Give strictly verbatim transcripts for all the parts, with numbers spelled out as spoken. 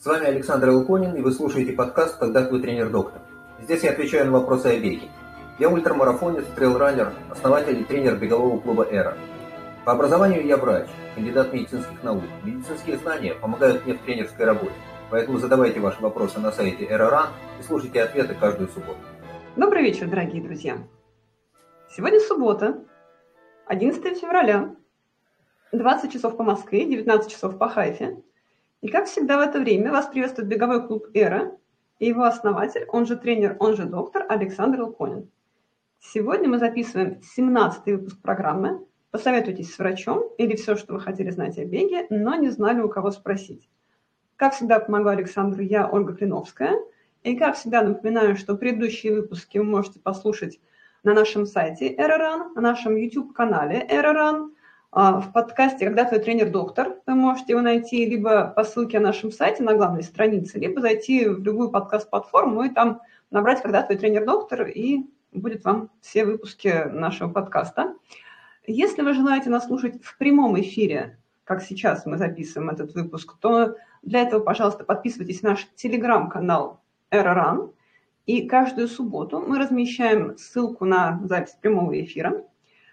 С вами Александр Илконин, и вы слушаете подкаст «Когда твой тренер-доктор». Здесь я отвечаю на вопросы о беге. Я ультрамарафонец, трейлранер, основатель и тренер бегового клуба «Эра». По образованию я врач, кандидат медицинских наук. Медицинские знания помогают мне в тренерской работе. Поэтому задавайте ваши вопросы на сайте Эра.ран и слушайте ответы каждую субботу. Добрый вечер, дорогие друзья. Сегодня суббота, одиннадцатое февраля, двадцать часов по Москве, девятнадцать часов по Хайфе. И как всегда в это время вас приветствует беговой клуб «Эра» и его основатель, он же тренер, он же доктор Александр Илконин. Сегодня мы записываем семнадцатый выпуск программы «Посоветуйтесь с врачом» или все, что вы хотели знать о беге, но не знали, у кого спросить. Как всегда помогаю Александру я, Ольга Клиновская. И как всегда напоминаю, что предыдущие выпуски вы можете послушать на нашем сайте Эра.ран, на нашем YouTube-канале Эра.ран, в подкасте «Когда твой тренер-доктор». Вы можете его найти либо по ссылке на нашем сайте на главной странице, либо зайти в любую подкаст-платформу и там набрать «Когда твой тренер-доктор», и будет вам все выпуски нашего подкаста. Если вы желаете нас слушать в прямом эфире, как сейчас мы записываем этот выпуск, то для этого, пожалуйста, подписывайтесь на наш телеграм-канал Эра.ран. И каждую субботу мы размещаем ссылку на запись прямого эфира.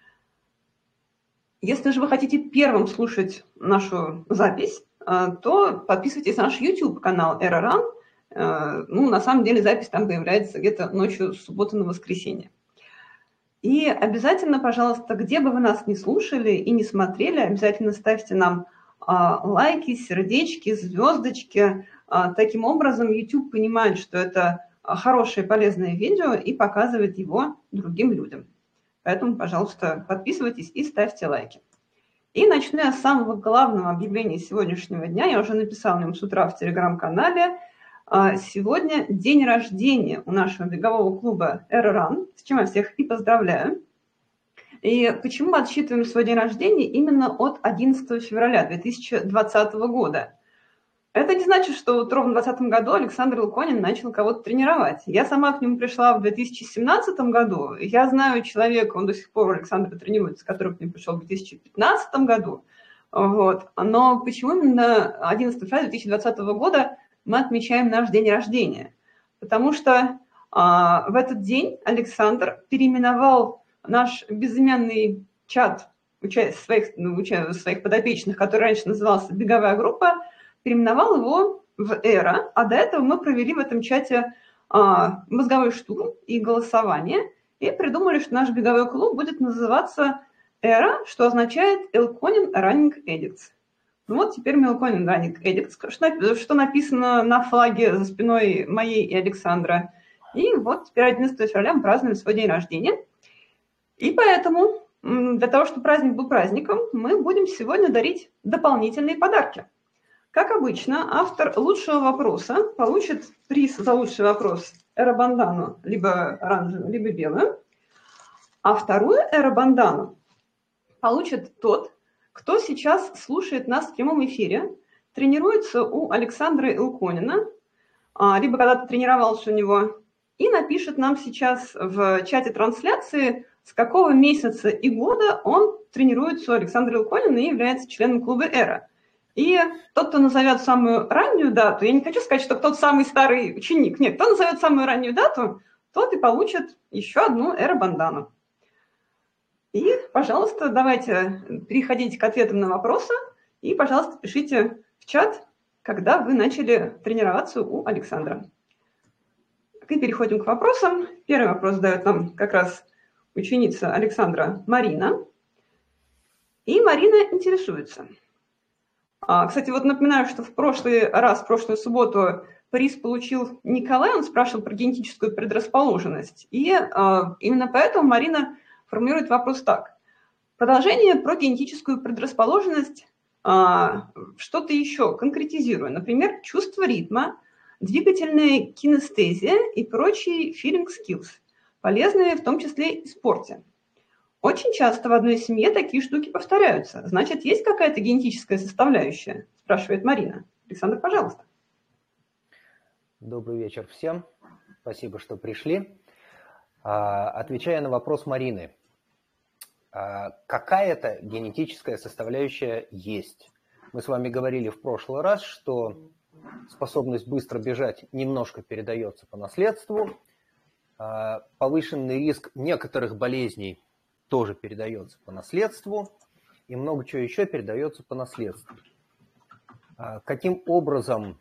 Если же вы хотите первым слушать нашу запись, то подписывайтесь на наш YouTube-канал Эра.ран. Ну, на самом деле запись там появляется где-то ночью с субботы на воскресенье. И обязательно, пожалуйста, где бы вы нас не слушали и не смотрели, обязательно ставьте нам лайки, сердечки, звездочки. Таким образом, YouTube понимает, что это хорошее, полезное видео и показывает его другим людям. Поэтому, пожалуйста, подписывайтесь и ставьте лайки. И начну я с самого главного объявления сегодняшнего дня. Я уже написала о нем с утра в телеграм-канале. Сегодня день рождения у нашего бегового клуба Эра.ран, с чем я всех и поздравляю. И почему мы отсчитываем свой день рождения именно от одиннадцатого февраля две тысячи двадцатого года? Это не значит, что вот ровно в двадцатом году Александр Илконин начал кого-то тренировать. Я сама к нему пришла в две тысячи семнадцатом году. Я знаю человека, он до сих пор у Александра тренируется, который к нему пришел в две тысячи пятнадцатом году. Вот. Но почему именно одиннадцатого февраля две тысячи двадцатого года мы отмечаем наш день рождения? Потому что а, в этот день Александр переименовал наш безымянный чат уча- своих, ну, уча- своих подопечных, который раньше назывался «Беговая группа», переименовал его в «Эра», а до этого мы провели в этом чате а, мозговой штурм и голосование, и придумали, что наш беговой клуб будет называться «Эра», что означает «Илконин Running Addicts». Ну вот теперь мы Илконин Running Addicts, что, что написано на флаге за спиной моей и Александра. И вот теперь одиннадцатого февраля мы празднуем свой день рождения. И поэтому для того, чтобы праздник был праздником, мы будем сегодня дарить дополнительные подарки. Как обычно, автор лучшего вопроса получит приз за лучший вопрос эра-бандану, либо оранжевую, либо белую, а вторую эра-бандану получит тот, кто сейчас слушает нас в прямом эфире, тренируется у Александра Илконина, либо когда-то тренировался у него, и напишет нам сейчас в чате трансляции, с какого месяца и года он тренируется у Александра Илконина и является членом клуба «Эра». И тот, кто назовет самую раннюю дату, я не хочу сказать, что тот самый старый ученик, нет, кто назовет самую раннюю дату, тот и получит еще одну эра-бандану. И, пожалуйста, давайте переходите к ответам на вопросы, и, пожалуйста, пишите в чат, когда вы начали тренироваться у Александра. И переходим к вопросам. Первый вопрос задает нам как раз ученица Александра Марина. И Марина интересуется. Кстати, вот напоминаю, что в прошлый раз, в прошлую субботу приз получил Николай, он спрашивал про генетическую предрасположенность. И а, именно поэтому Марина формулирует вопрос так. Продолжение про генетическую предрасположенность, а, что-то еще, конкретизируя. Например, чувство ритма, двигательная кинестезия и прочие feeling skills, полезные в том числе и в спорте. Очень часто в одной семье такие штуки повторяются. Значит, есть какая-то генетическая составляющая? Спрашивает Марина. Александр, пожалуйста. Добрый вечер всем. Спасибо, что пришли. Отвечая на вопрос Марины. Какая-то генетическая составляющая есть. Мы с вами говорили в прошлый раз, что способность быстро бежать немножко передается по наследству. Повышенный риск некоторых болезней тоже передается по наследству. И много чего еще передается по наследству. Каким образом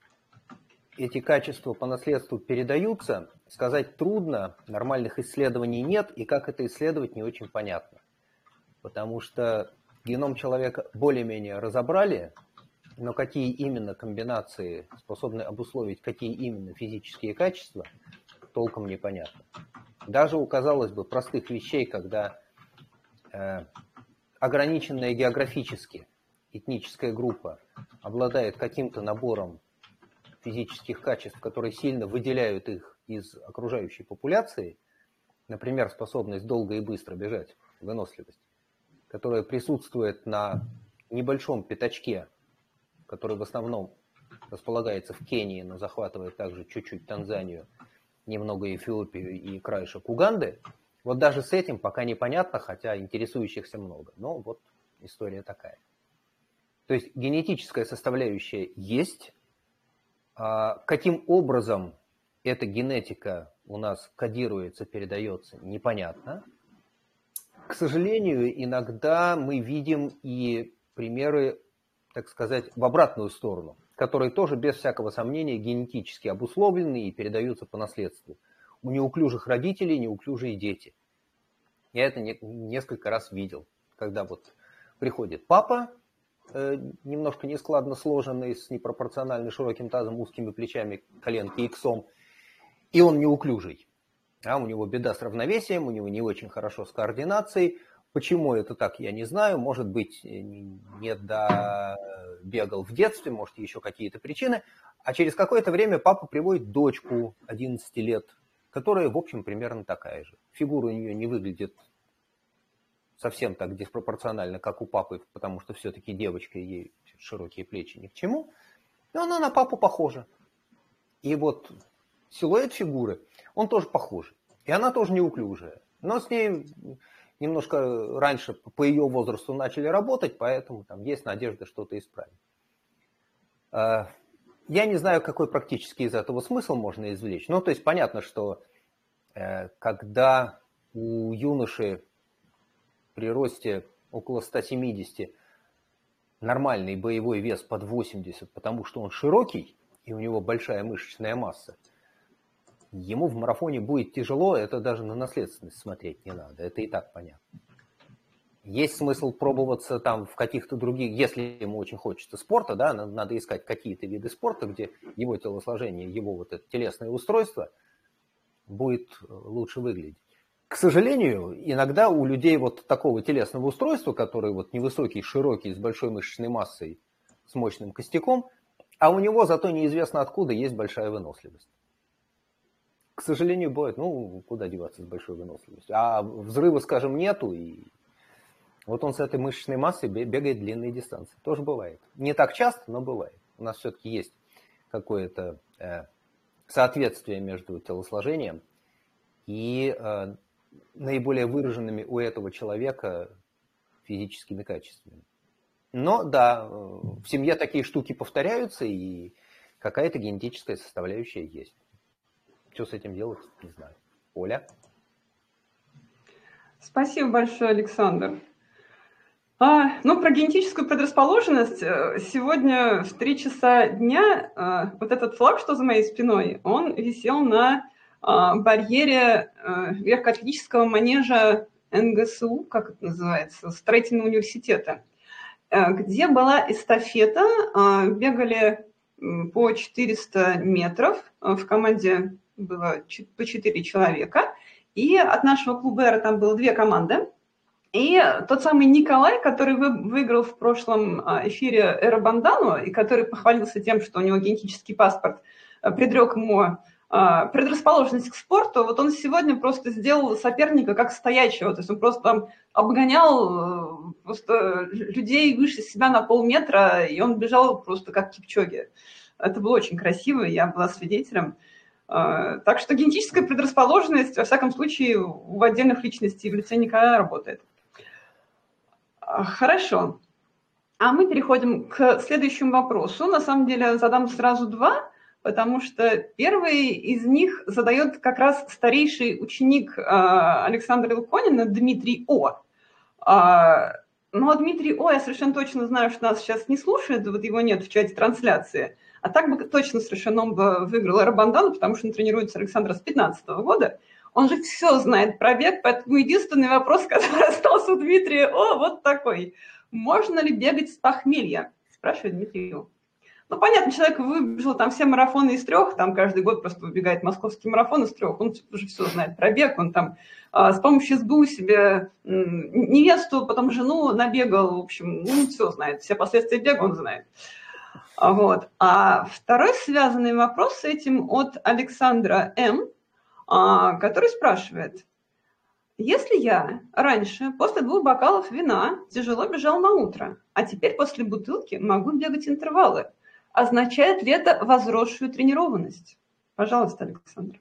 эти качества по наследству передаются, сказать трудно, нормальных исследований нет, и как это исследовать, не очень понятно. Потому что геном человека более-менее разобрали, но какие именно комбинации способны обусловить какие именно физические качества, толком непонятно. Даже у, казалось бы, простых вещей, когда э, ограниченная географически этническая группа обладает каким-то набором физических качеств, которые сильно выделяют их из окружающей популяции, например, способность долго и быстро бежать, выносливость, которая присутствует на небольшом пятачке, который в основном располагается в Кении, но захватывает также чуть-чуть Танзанию, немного Эфиопию и краешек Уганды. Вот даже с этим пока непонятно, хотя интересующихся много. Но вот история такая. То есть генетическая составляющая есть. Каким образом эта генетика у нас кодируется, передается, непонятно. К сожалению, иногда мы видим и примеры, так сказать, в обратную сторону, которые тоже без всякого сомнения генетически обусловлены и передаются по наследству. У неуклюжих родителей неуклюжие дети. Я это не, несколько раз видел, когда вот приходит папа, э, немножко нескладно сложенный, с непропорционально широким тазом, узкими плечами, коленки иксом, и он неуклюжий. А у него беда с равновесием, у него не очень хорошо с координацией. Почему это так, я не знаю. Может быть, не добегал в детстве, может, еще какие-то причины. А через какое-то время папа приводит дочку одиннадцати лет, которая, в общем, примерно такая же. Фигура у нее не выглядит совсем так диспропорционально, как у папы, потому что все-таки девочка, ей широкие плечи ни к чему. Но она на папу похожа. И вот силуэт фигуры, он тоже похож. И она тоже неуклюжая. Но с ней немножко раньше по ее возрасту начали работать, поэтому там есть надежда что-то исправить. Я не знаю, какой практически из этого смысл можно извлечь. Ну, то есть понятно, что когда у юноши при росте около ста семидесяти нормальный боевой вес под восемьдесят, потому что он широкий и у него большая мышечная масса, ему в марафоне будет тяжело, это даже на наследственность смотреть не надо, это и так понятно. Есть смысл пробоваться там в каких-то других, если ему очень хочется спорта, да, надо искать какие-то виды спорта, где его телосложение, его вот это телесное устройство будет лучше выглядеть. К сожалению, иногда у людей вот такого телесного устройства, который вот невысокий, широкий, с большой мышечной массой, с мощным костяком, а у него зато неизвестно откуда есть большая выносливость. К сожалению, бывает, ну, куда деваться с большой выносливостью. А взрыва, скажем, нету, и вот он с этой мышечной массой бегает длинные дистанции. Тоже бывает. Не так часто, но бывает. У нас все-таки есть какое-то э, соответствие между телосложением и э, наиболее выраженными у этого человека физическими качествами. Но да, в семье такие штуки повторяются, и какая-то генетическая составляющая есть. Что с этим делать, не знаю. Оля? Спасибо большое, Александр. А, ну, про генетическую предрасположенность. Сегодня в три часа дня а, вот этот флаг, что за моей спиной, он висел на а, барьере а, легкоатлетического манежа эн гэ эс у, как это называется, строительного университета, а, где была эстафета, а, бегали по четыреста метров, а, в команде было по четыре человека, и от нашего клуба «Эра» там было две команды. И тот самый Николай, который выиграл в прошлом эфире «Эра Бандану», и который похвалился тем, что у него генетический паспорт предрек ему предрасположенность к спорту, вот он сегодня просто сделал соперника как стоячего, то есть он просто там обгонял просто людей выше себя на полметра, и он бежал просто как Кипчоги. Это было очень красиво, я была свидетелем. Так что генетическая предрасположенность, во всяком случае, у отдельных личностей в лице Николая работает. Хорошо. А мы переходим к следующему вопросу. На самом деле задам сразу два, потому что первый из них задает как раз старейший ученик Александра Илконина Дмитрий О. Но Дмитрий О, я совершенно точно знаю, что нас сейчас не слушает, вот его нет в чате трансляции. А так бы точно совершенно он бы выиграл Эра-Бандану, потому что он тренируется Александра с две тысячи пятнадцатого года. Он же все знает про бег, поэтому единственный вопрос, который остался у Дмитрия О, вот такой. Можно ли бегать с похмелья? Спрашивает Дмитрий О. Ну, понятно, человек выбежал там все марафоны из трех, там каждый год просто выбегает московский марафон из трех, он уже все знает про бег, он там а, с помощью эс бэ у себе невесту, потом жену набегал, в общем, ну, все знает, все последствия бега он знает. А, вот. А второй связанный вопрос с этим от Александра М., а, который спрашивает: если я раньше после двух бокалов вина тяжело бежал на утро, а теперь после бутылки могу бегать интервалы, означает ли это возросшую тренированность? Пожалуйста, Александр.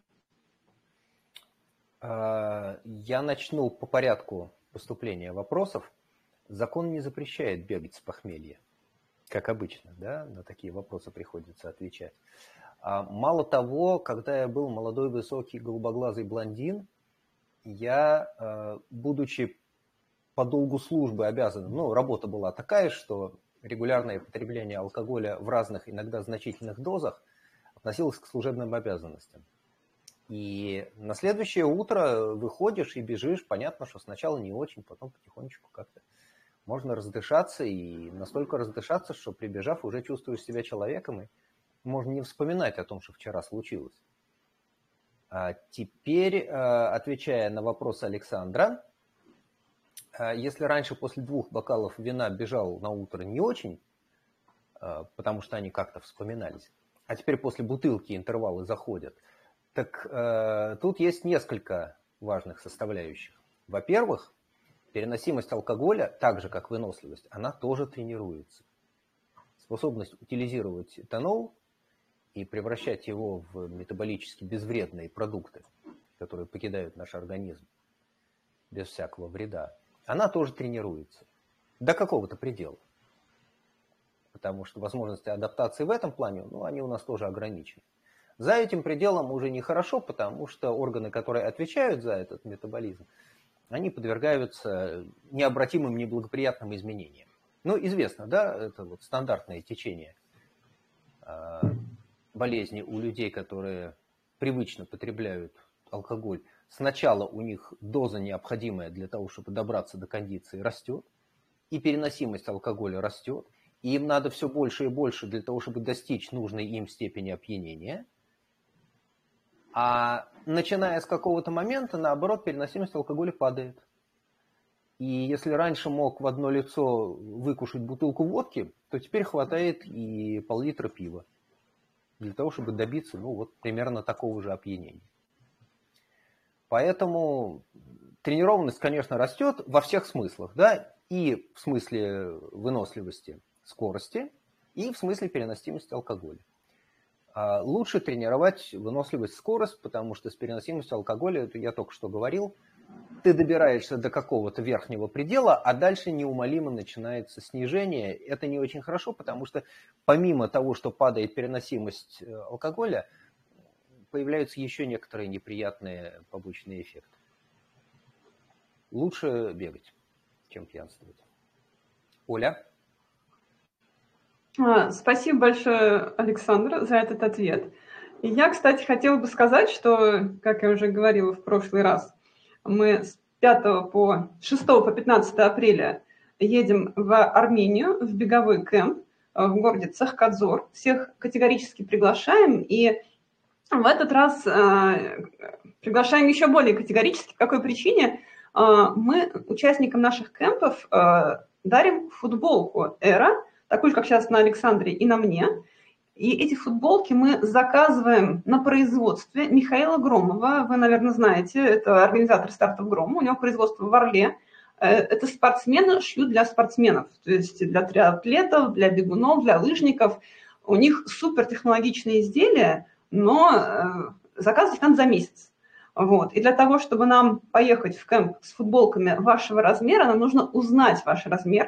Я начну по порядку поступления вопросов. Закон не запрещает бегать с похмелья, как обычно, да, на такие вопросы приходится отвечать. Мало того, когда я был молодой, высокий, голубоглазый блондин, я, будучи по долгу службы обязан, ну, работа была такая, что регулярное потребление алкоголя в разных, иногда значительных дозах относилось к служебным обязанностям. И на следующее утро выходишь и бежишь, понятно, что сначала не очень, потом потихонечку как-то можно раздышаться, и настолько раздышаться, что прибежав, уже чувствуешь себя человеком, и можно не вспоминать о том, что вчера случилось. А теперь, отвечая на вопрос Александра, если раньше после двух бокалов вина бежал на утро не очень, потому что они как-то вспоминались, а теперь после бутылки интервалы заходят, так э, тут есть несколько важных составляющих. Во-первых, переносимость алкоголя, так же как выносливость, она тоже тренируется. Способность утилизировать этанол и превращать его в метаболически безвредные продукты, которые покидают наш организм без всякого вреда, она тоже тренируется до какого-то предела. Потому что возможности адаптации в этом плане, ну, они у нас тоже ограничены. За этим пределом уже нехорошо, потому что органы, которые отвечают за этот метаболизм, они подвергаются необратимым неблагоприятным изменениям. Ну, известно, да, это вот стандартное течение э, болезни у людей, которые привычно потребляют алкоголь. Сначала у них доза, необходимая для того, чтобы добраться до кондиции, растет, и переносимость алкоголя растет, и им надо все больше и больше для того, чтобы достичь нужной им степени опьянения. А начиная с какого-то момента, наоборот, переносимость алкоголя падает. И если раньше мог в одно лицо выкушать бутылку водки, то теперь хватает и пол-литра пива для того, чтобы добиться, ну, вот примерно такого же опьянения. Поэтому тренированность, конечно, растет во всех смыслах, да, и в смысле выносливости, скорости, и в смысле переносимости алкоголя. Лучше тренировать выносливость, скорость, потому что с переносимостью алкоголя, это я только что говорил, ты добираешься до какого-то верхнего предела, а дальше неумолимо начинается снижение. Это не очень хорошо, потому что помимо того, что падает переносимость алкоголя, появляются еще некоторые неприятные побочные эффекты. Лучше бегать, чем пьянствовать. Оля? Спасибо большое, Александр, за этот ответ. И я, кстати, хотела бы сказать, что, как я уже говорила в прошлый раз, мы с пятого по шестого по пятнадцатое апреля едем в Армению, в беговой кэмп в городе Цахкадзор. Всех категорически приглашаем, и в этот раз э, приглашаем еще более категорически. По какой причине? Э, мы участникам наших кэмпов э, дарим футболку «Эра», такую же, как сейчас на Александре и на мне. И эти футболки мы заказываем на производстве Михаила Громова. Вы, наверное, знаете, это организатор стартов Грома. У него производство в Орле. Это спортсмены шьют для спортсменов, то есть для триатлетов, для бегунов, для лыжников. У них супертехнологичные изделия, но заказывать надо за месяц. Вот. И для того, чтобы нам поехать в кэмп с футболками вашего размера, нам нужно узнать ваш размер,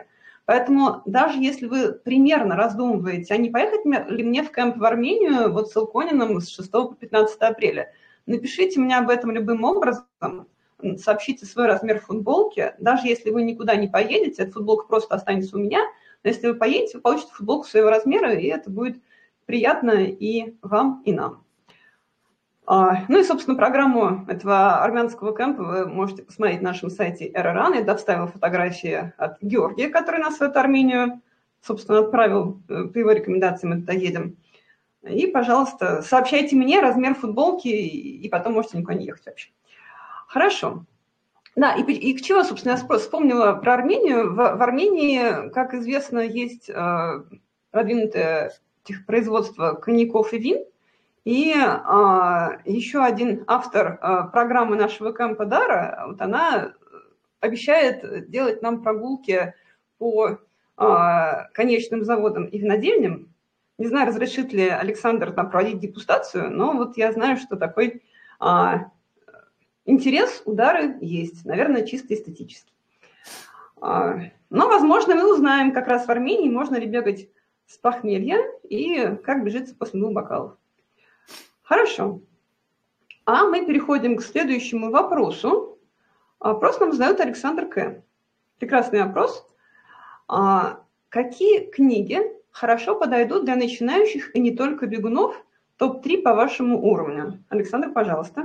Поэтому даже если вы примерно раздумываете, а не поехать ли мне в кемп в Армению вот с Илкониным с шестого по пятнадцатое апреля, напишите мне об этом любым образом, сообщите свой размер футболки. Даже если вы никуда не поедете, эта футболка просто останется у меня, но если вы поедете, вы получите футболку своего размера, и это будет приятно и вам, и нам. Ну и, собственно, программу этого армянского кемпа вы можете посмотреть на нашем сайте Эроран. Я доставила фотографии от Георгия, который нас в эту Армению, собственно, отправил. По его рекомендации мы туда едем. И, пожалуйста, сообщайте мне размер футболки, и потом можете никуда не ехать вообще. Хорошо. Да, и, и к чему, собственно, я вспомнила про Армению. В, в Армении, как известно, есть э, продвинутое производство коньяков и вин. И а, еще один автор а, программы нашего кемпа Дара, вот она обещает делать нам прогулки по а, конечным заводам и винодельням. Не знаю, разрешит ли Александр нам проводить дегустацию, но вот я знаю, что такой а, интерес у Дары есть, наверное, чисто эстетический. А, но, возможно, мы узнаем, как раз в Армении можно ли бегать с похмелья и как бежится после двух бокалов. Хорошо. А мы переходим к следующему вопросу. Вопрос нам задает Александр К. Прекрасный вопрос. Какие книги хорошо подойдут для начинающих и не только бегунов? топ три по вашему уровню. Александр, пожалуйста.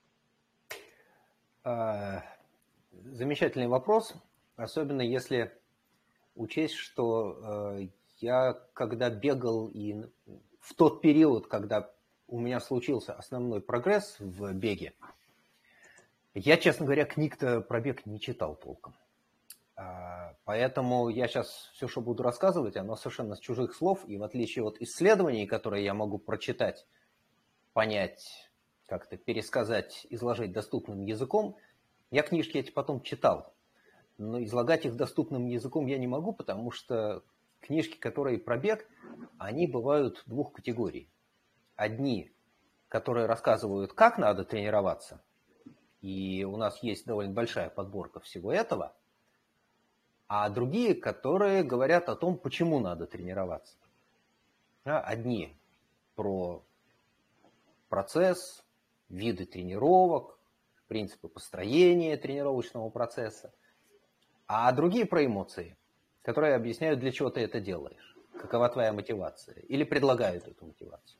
Замечательный вопрос. Особенно если учесть, что я когда бегал и в тот период, когда у меня случился основной прогресс в беге, я, честно говоря, книг-то про бег не читал толком. Поэтому я сейчас все, что буду рассказывать, оно совершенно с чужих слов, и в отличие от исследований, которые я могу прочитать, понять, как-то пересказать, изложить доступным языком, я книжки эти потом читал. Но излагать их доступным языком я не могу, потому что книжки, которые про бег, они бывают двух категорий. Одни, которые рассказывают, как надо тренироваться, и у нас есть довольно большая подборка всего этого, а другие, которые говорят о том, почему надо тренироваться. Одни про процесс, виды тренировок, принципы построения тренировочного процесса, а другие про эмоции, которые объясняют, для чего ты это делаешь, какова твоя мотивация, или предлагают эту мотивацию.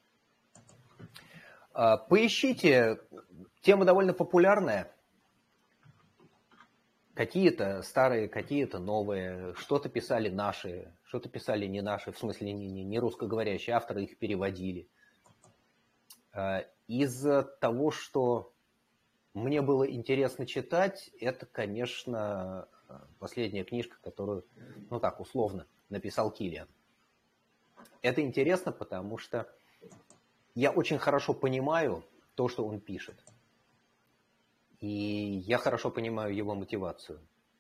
Поищите, тема довольно популярная. Какие-то старые, какие-то новые. Что-то писали наши, что-то писали не наши, в смысле не, не, не русскоговорящие авторы, их переводили. Из того, что мне было интересно читать, это, конечно, последняя книжка, которую, ну так, условно, написал Киллиан. Это интересно, потому что я очень хорошо понимаю то, что он пишет. И я хорошо понимаю его мотивацию.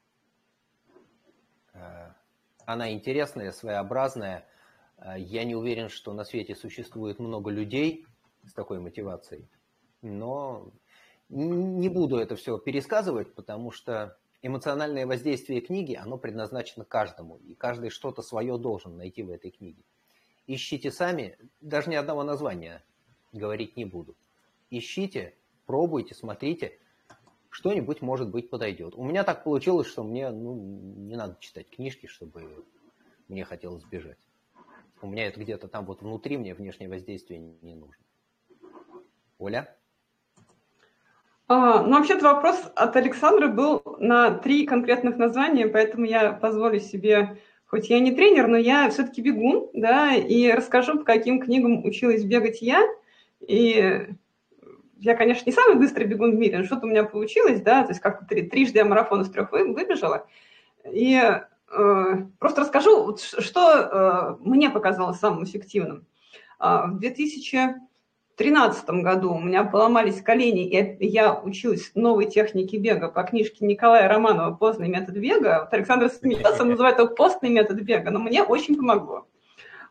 Она интересная, своеобразная. Я не уверен, что на свете существует много людей с такой мотивацией. Но не буду это все пересказывать, потому что эмоциональное воздействие книги, оно предназначено каждому. И каждый что-то свое должен найти в этой книге. Ищите сами, даже ни одного названия говорить не буду. Ищите, пробуйте, смотрите, что-нибудь, может быть, подойдет. У меня так получилось, что мне ну, не надо читать книжки, чтобы мне хотелось бежать. У меня это где-то там вот внутри, мне внешнее воздействие не нужно. Оля? А, ну, вообще-то вопрос от Александра был на три конкретных названия, поэтому я позволю себе... Хоть я не тренер, но я все-таки бегун, да, и расскажу, по каким книгам училась бегать я. И я, конечно, не самый быстрый бегун в мире, но что-то у меня получилось, да, то есть как-то три, трижды я марафон из трех выбежала. И э, просто расскажу, что э, мне показалось самым эффективным. Э, в две тысячи тринадцатом году у меня поломались колени, и я училась новой технике бега по книжке Николая Романова «Постный метод бега». Вот Александр смеется, называет его «постный метод бега», но мне очень помогло.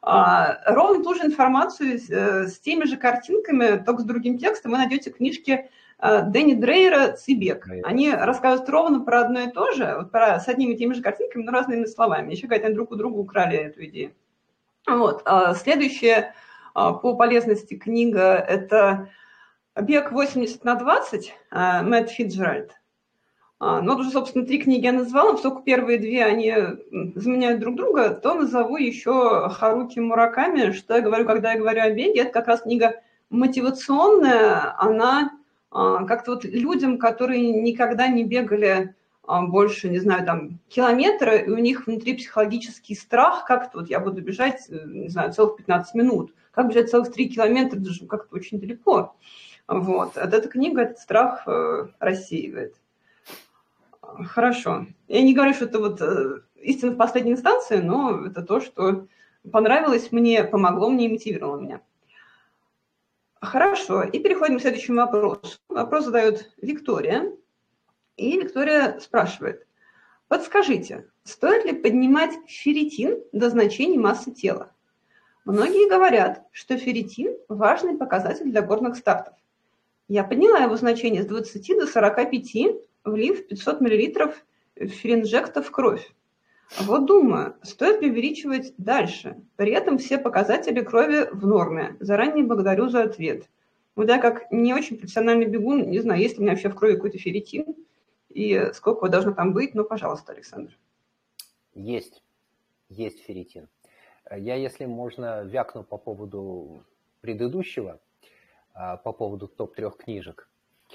А, ровно ту же информацию с, с теми же картинками, только с другим текстом, вы найдете в книжке Дэнни Дрейера «Цибек». Они рассказывают ровно про одно и то же, вот про, с одними и теми же картинками, но разными словами. Еще говорят, они друг у друга украли эту идею. Вот. А следующая а, по полезности книга – это «Бег восемьдесят на двадцать» Мэтт Фитджеральд. А, ну, вот уже, собственно, три книги я назвала, поскольку первые две, они заменяют друг друга, то назову еще Харуки Мураками. Что я говорю, когда я говорю о беге, это как раз книга мотивационная, она а, как-то вот людям, которые никогда не бегали а, больше, не знаю, там, километра, и у них внутри психологический страх, как-то вот я буду бежать, не знаю, целых пятнадцать минут, как бежать целых три километра, даже как-то очень далеко. Вот. Вот эта книга этот страх э, рассеивает. Хорошо. Я не говорю, что это вот э, истина в последней инстанции, но это то, что понравилось мне, помогло мне и мотивировало меня. Хорошо. И переходим к следующему вопросу. Вопрос задает Виктория. И Виктория спрашивает. Подскажите, стоит ли поднимать ферритин до значений массы тела? Многие говорят, что ферритин – важный показатель для горных стартов. Я подняла его значение с двадцати до сорока пяти, влив пятьсот миллилитров феринжекта в кровь. Вот думаю, стоит ли увеличивать дальше. При этом все показатели крови в норме. Заранее благодарю за ответ. Вот я как не очень профессиональный бегун, не знаю, есть ли у меня вообще в крови какой-то ферритин и сколько его должно там быть. Ну, пожалуйста, Александр. Есть. Есть ферритин. Я, если можно, вякну по поводу предыдущего, по поводу топ трех книжек.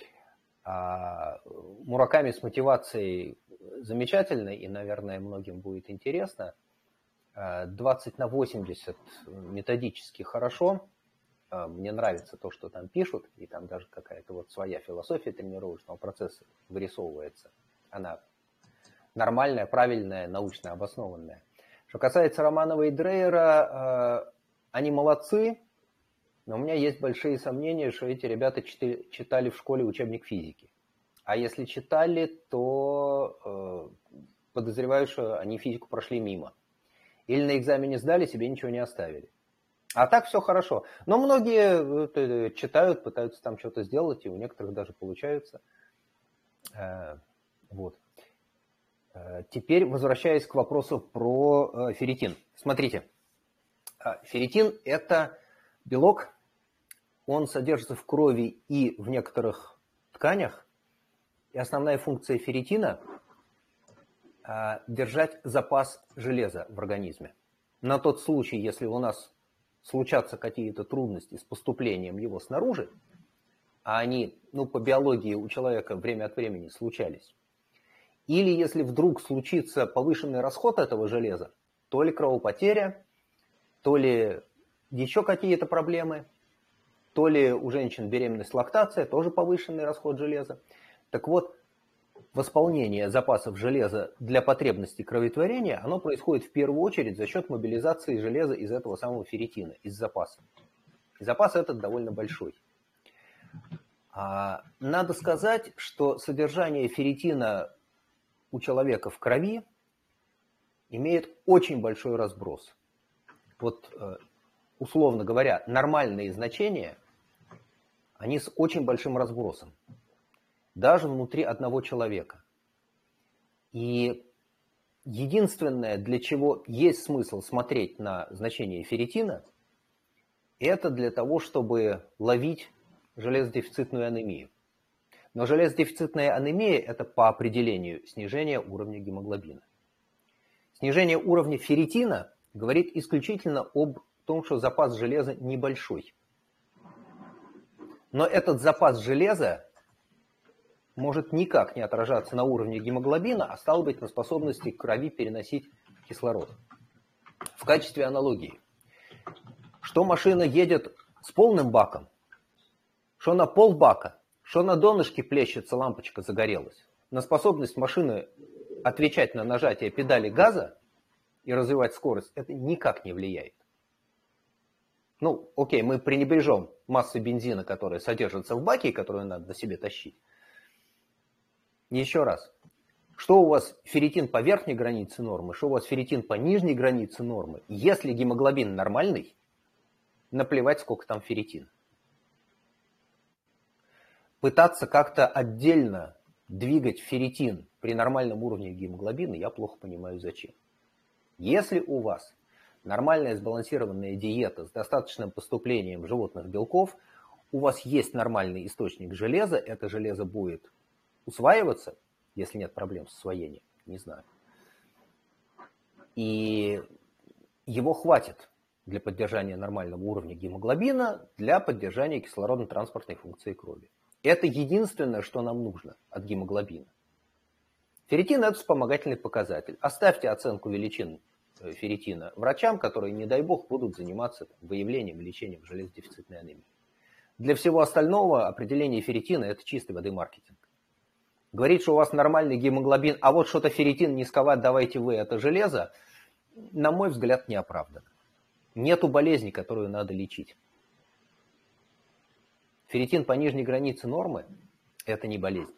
Мураками с мотивацией замечательный, и, наверное, многим будет интересно. двадцать на восемьдесят методически хорошо. Мне нравится то, что там пишут, и там даже какая-то вот своя философия тренировочного процесса вырисовывается. Она нормальная, правильная, научно обоснованная. Что касается Романова и Дрейера, они молодцы, но у меня есть большие сомнения, что эти ребята читали в школе учебник физики. А если читали, то э, подозреваю, что они физику прошли мимо. Или на экзамене сдали, себе ничего не оставили. А так все хорошо. Но многие читают, пытаются там что-то сделать, и у некоторых даже получается. Э, вот. Э, теперь возвращаясь к вопросу про э, ферритин. Смотрите, ферритин – это белок, он содержится в крови и в некоторых тканях. И основная функция ферритина – держать запас железа в организме. На тот случай, если у нас случатся какие-то трудности с поступлением его снаружи, а они, ну, по биологии у человека время от времени случались, или если вдруг случится повышенный расход этого железа, то ли кровопотеря, то ли еще какие-то проблемы, то ли у женщин беременность, лактация, тоже повышенный расход железа. Так вот, восполнение запасов железа для потребностей кроветворения, оно происходит в первую очередь за счет мобилизации железа из этого самого ферритина, из запаса. И запас этот довольно большой. А, надо сказать, что содержание ферритина у человека в крови имеет очень большой разброс. Вот, условно говоря, нормальные значения, они с очень большим разбросом. Даже внутри одного человека. И единственное, для чего есть смысл смотреть на значение ферритина, это для того, чтобы ловить железодефицитную анемию. Но железодефицитная анемия – это по определению снижение уровня гемоглобина. Снижение уровня ферритина говорит исключительно об том, что запас железа небольшой. Но этот запас железа может никак не отражаться на уровне гемоглобина, а стало быть на способности крови переносить кислород. В качестве аналогии, что машина едет с полным баком, что на полбака, что на донышке плещется, лампочка загорелась, на способность машины отвечать на нажатие педали газа и развивать скорость, это никак не влияет. Ну, окей, мы пренебрежем массой бензина, которая содержится в баке, и которую надо на себе тащить. Еще раз. что у вас ферритин по верхней границе нормы, что у вас ферритин по нижней границе нормы. Если гемоглобин нормальный, наплевать, сколько там ферритина. Пытаться как-то отдельно двигать ферритин при нормальном уровне гемоглобина, я плохо понимаю, зачем. Если у вас нормальная сбалансированная диета с достаточным поступлением животных белков, у вас есть нормальный источник железа, это железо будет усваиваться, если нет проблем с усвоением, не знаю. И его хватит для поддержания нормального уровня гемоглобина, для поддержания кислородно-транспортной функции крови. Это единственное, что нам нужно от гемоглобина. Ферритин – это вспомогательный показатель. Оставьте оценку величин ферритина врачам, которые, не дай бог, будут заниматься выявлением и лечением железодефицитной анемии. Для всего остального определение ферритина – это чистой воды маркетинг. Говорить, что у вас нормальный гемоглобин, а вот что-то ферритин низковат, давайте вы это железо, на мой взгляд, не оправдано. Нету болезни, которую надо лечить. Ферритин по нижней границе нормы – это не болезнь.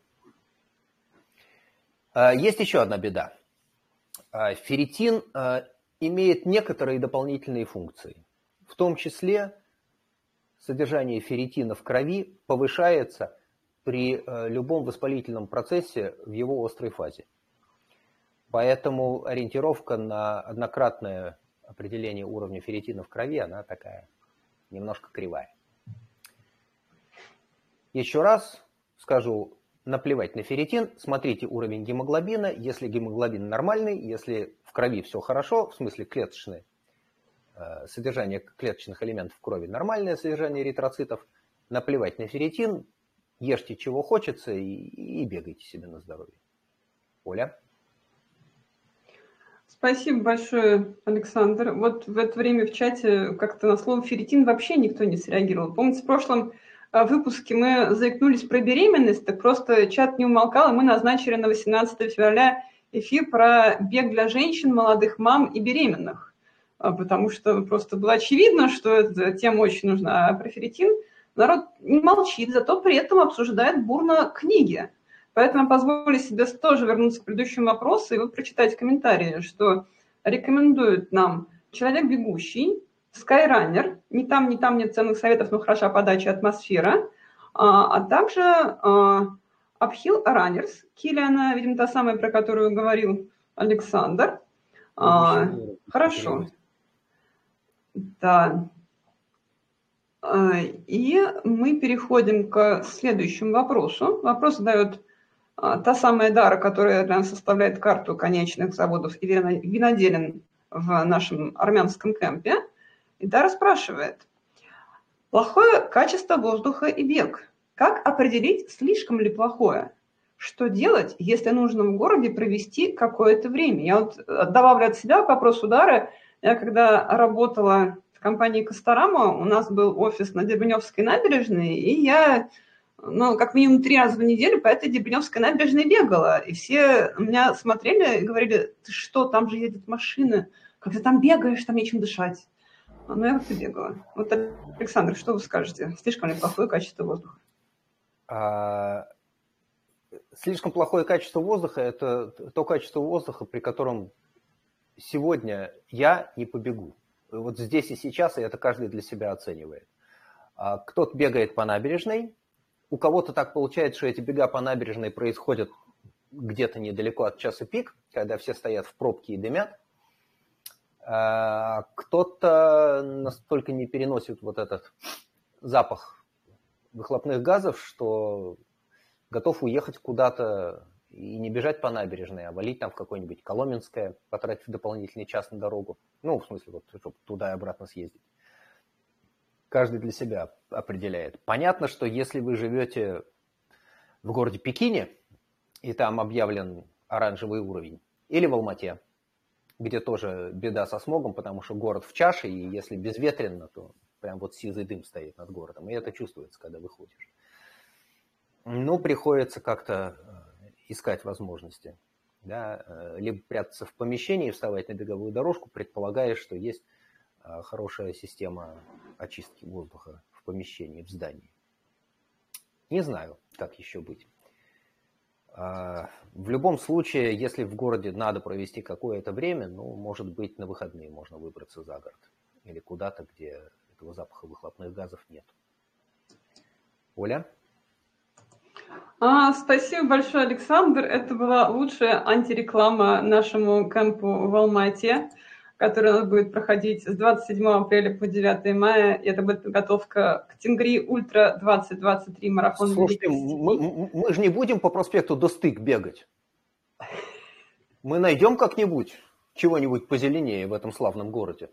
Есть еще одна беда. Ферритин имеет некоторые дополнительные функции. В том числе содержание ферритина в крови повышается при любом воспалительном процессе в его острой фазе. Поэтому ориентировка на однократное определение уровня ферритина в крови, она такая немножко кривая. Еще раз скажу, наплевать на ферритин, смотрите уровень гемоглобина. Если гемоглобин нормальный, если в крови все хорошо, в смысле клеточное, э, содержание клеточных элементов в крови нормальное, содержание эритроцитов, наплевать на ферритин, ешьте чего хочется и, и бегайте себе на здоровье. Оля? Спасибо большое, Александр. Вот в это время в чате как-то на слово ферритин вообще никто не среагировал. Помните, в прошлом выпуске мы заикнулись про беременность, так просто чат не умолкал, и мы назначили на восемнадцатое февраля эфир про бег для женщин, молодых мам и беременных, потому что просто было очевидно, что эта тема очень нужна. А про ферритин народ не молчит, зато при этом обсуждает бурно книги. Поэтому позволю себе тоже вернуться к предыдущему вопросу и вот прочитать комментарии, что рекомендует нам «Человек бегущий», Skyrunner, ни там, ни там нет ценных советов, но хороша подача, атмосфера, а, а также а, Uphill Runners, Киллиана, видимо, та самая, про которую говорил Александр. А, хорошо. Да. А, и мы переходим к следующему вопросу. Вопрос задает а, та самая Дара, которая для нас составляет карту конечных заводов и виноделин в нашем армянском кемпе. И Дара спрашивает, плохое качество воздуха и бег. Как определить, слишком ли плохое? Что делать, если нужно в городе провести какое-то время? Я вот добавлю от себя к вопросу Дары. Я когда работала в компании Косторама, у нас был офис на Дербеневской набережной, и я, ну, как минимум три раза в неделю по этой Дербеневской набережной бегала. И все на меня смотрели и говорили, ты что, там же едет машина, как ты там бегаешь, там нечем дышать. Ну, я как-то бегала. Вот, Александр, что вы скажете? Слишком ли плохое качество воздуха? А, слишком плохое качество воздуха – это то качество воздуха, при котором сегодня я не побегу. Вот здесь и сейчас, и это каждый для себя оценивает. А, кто-то бегает по набережной, у кого-то так получается, что эти бега по набережной происходят где-то недалеко от часа пик, когда все стоят в пробке и дымят. Кто-то настолько не переносит вот этот запах выхлопных газов, что готов уехать куда-то и не бежать по набережной, а валить там в какое-нибудь Коломенское, потратив дополнительный час на дорогу. Ну, в смысле, вот, чтобы туда и обратно съездить. Каждый для себя определяет. Понятно, что если вы живете в городе Пекине, и там объявлен оранжевый уровень, или в Алмате, где тоже беда со смогом, потому что город в чаше, и если безветренно, то прям вот сизый дым стоит над городом. И это чувствуется, когда выходишь. Ну, приходится как-то искать возможности. Да? Либо прятаться в помещении, вставать на беговую дорожку, предполагая, что есть хорошая система очистки воздуха в помещении, в здании. Не знаю, как еще быть. В любом случае, если в городе надо провести какое-то время, ну, может быть, на выходные можно выбраться за город или куда-то, где этого запаха выхлопных газов нет. Оля? А, спасибо большое, Александр. Это была лучшая антиреклама нашему кемпу в Алма-Ате, который у нас будет проходить с двадцать седьмого апреля по девятого мая. И это будет подготовка к Тенгри Ультра двадцать двадцать три марафон. Слушайте, мы, мы же не будем по проспекту Достык бегать. Мы найдем как-нибудь чего-нибудь позеленее в этом славном городе.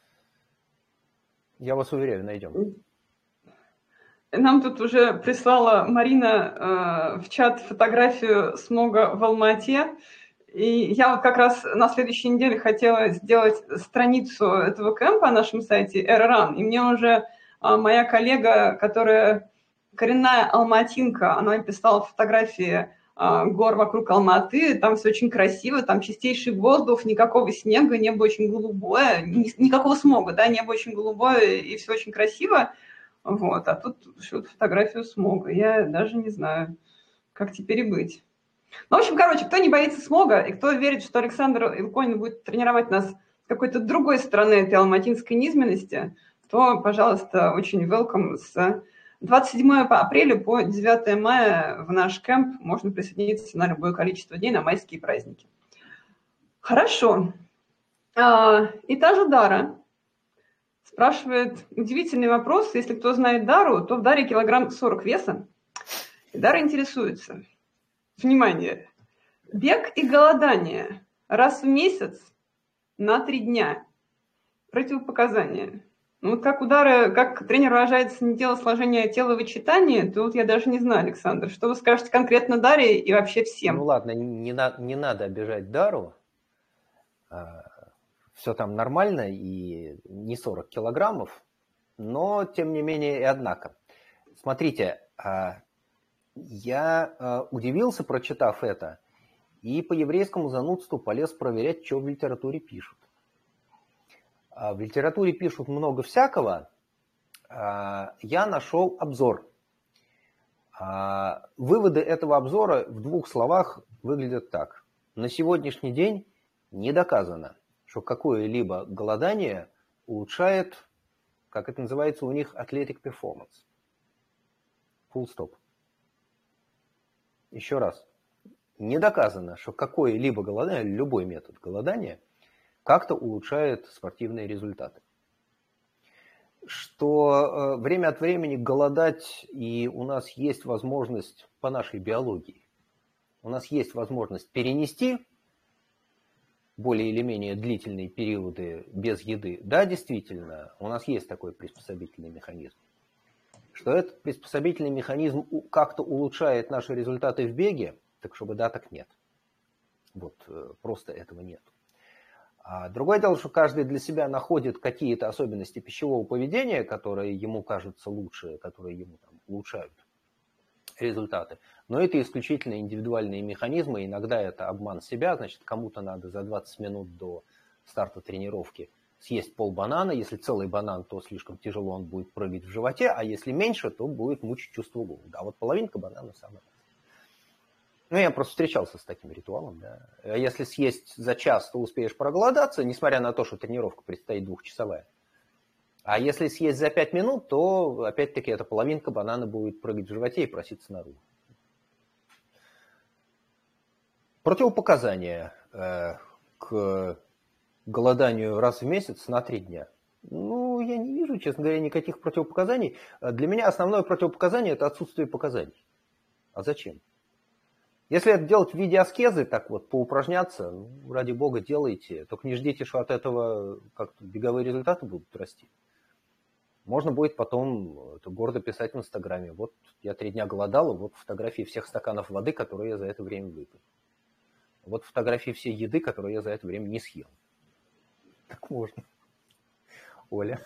Я вас уверяю, найдем. Нам тут уже прислала Марина э, в чат фотографию смога в Алма-Ате. И я вот как раз на следующей неделе хотела сделать страницу этого кемпа на нашем сайте EraRun. И мне уже э, моя коллега, которая коренная алматинка, она написала фотографии э, гор вокруг Алматы. Там все очень красиво, там чистейший воздух, никакого снега, небо очень голубое, ни, никакого смога, да, небо очень голубое и все очень красиво. Вот, а тут шлют фотографию смога. Я даже не знаю, как теперь и быть. Ну, в общем, короче, кто не боится смога, и кто верит, что Александр Илконин будет тренировать нас с какой-то другой стороны этой алматинской низменности, то, пожалуйста, очень welcome. С двадцать седьмого апреля по девятого мая в наш кемп можно присоединиться на любое количество дней на майские праздники. Хорошо. И та же Дара спрашивает удивительный вопрос. Если кто знает Дару, то в Даре килограмм сорок веса. И Дара интересуется. Внимание. Бег и голодание раз в месяц на три дня. Противопоказания. Ну вот как у Дары, как тренер выражается, не телосложение, а теловычитание, то вот я даже не знаю, Александр, что вы скажете конкретно Даре и вообще всем? Ну ладно, не, на, не надо обижать Дару. Все там нормально и не сорок килограммов, но тем не менее и однако. Смотрите, я удивился, прочитав это, и по еврейскому занудству полез проверять, что в литературе пишут. В литературе пишут много всякого. Я нашел обзор. Выводы этого обзора в двух словах выглядят так. На сегодняшний день не доказано, что какое-либо голодание улучшает, как это называется у них, athletic performance. Full stop. Еще раз. Не доказано, что какое-либо голодание, любой метод голодания, как-то улучшает спортивные результаты. Что время от времени голодать, и у нас есть возможность по нашей биологии, у нас есть возможность перенести более или менее длительные периоды без еды. Да, действительно, у нас есть такой приспособительный механизм. Что этот приспособительный механизм как-то улучшает наши результаты в беге, так чтобы да, так нет. Вот просто этого нет. А другое дело, что каждый для себя находит какие-то особенности пищевого поведения, которые ему кажутся лучше, которые ему там улучшают результаты. Но это исключительно индивидуальные механизмы. Иногда это обман себя. Значит, кому-то надо за двадцать минут до старта тренировки съесть полбанана. Если целый банан, то слишком тяжело, он будет прыгать в животе. А если меньше, то будет мучить чувство голода. А вот половинка банана самая. Ну, я просто встречался с таким ритуалом. Да. А если съесть за час, то успеешь проголодаться, несмотря на то, что тренировка предстоит двухчасовая. А если съесть за пять минут, то, опять-таки, эта половинка банана будет прыгать в животе и проситься наружу. Противопоказания э, к голоданию раз в месяц на три дня. Ну, я не вижу, честно говоря, никаких противопоказаний. Для меня основное противопоказание – это отсутствие показаний. А зачем? Если это делать в виде аскезы, так вот, поупражняться, ну, ради бога, делайте. Только не ждите, что от этого как-то беговые результаты будут расти. Можно будет потом это гордо писать в Инстаграме. Вот я три дня голодал, вот фотографии всех стаканов воды, которые я за это время выпил. Вот фотографии всей еды, которую я за это время не съел. Так можно. Оля?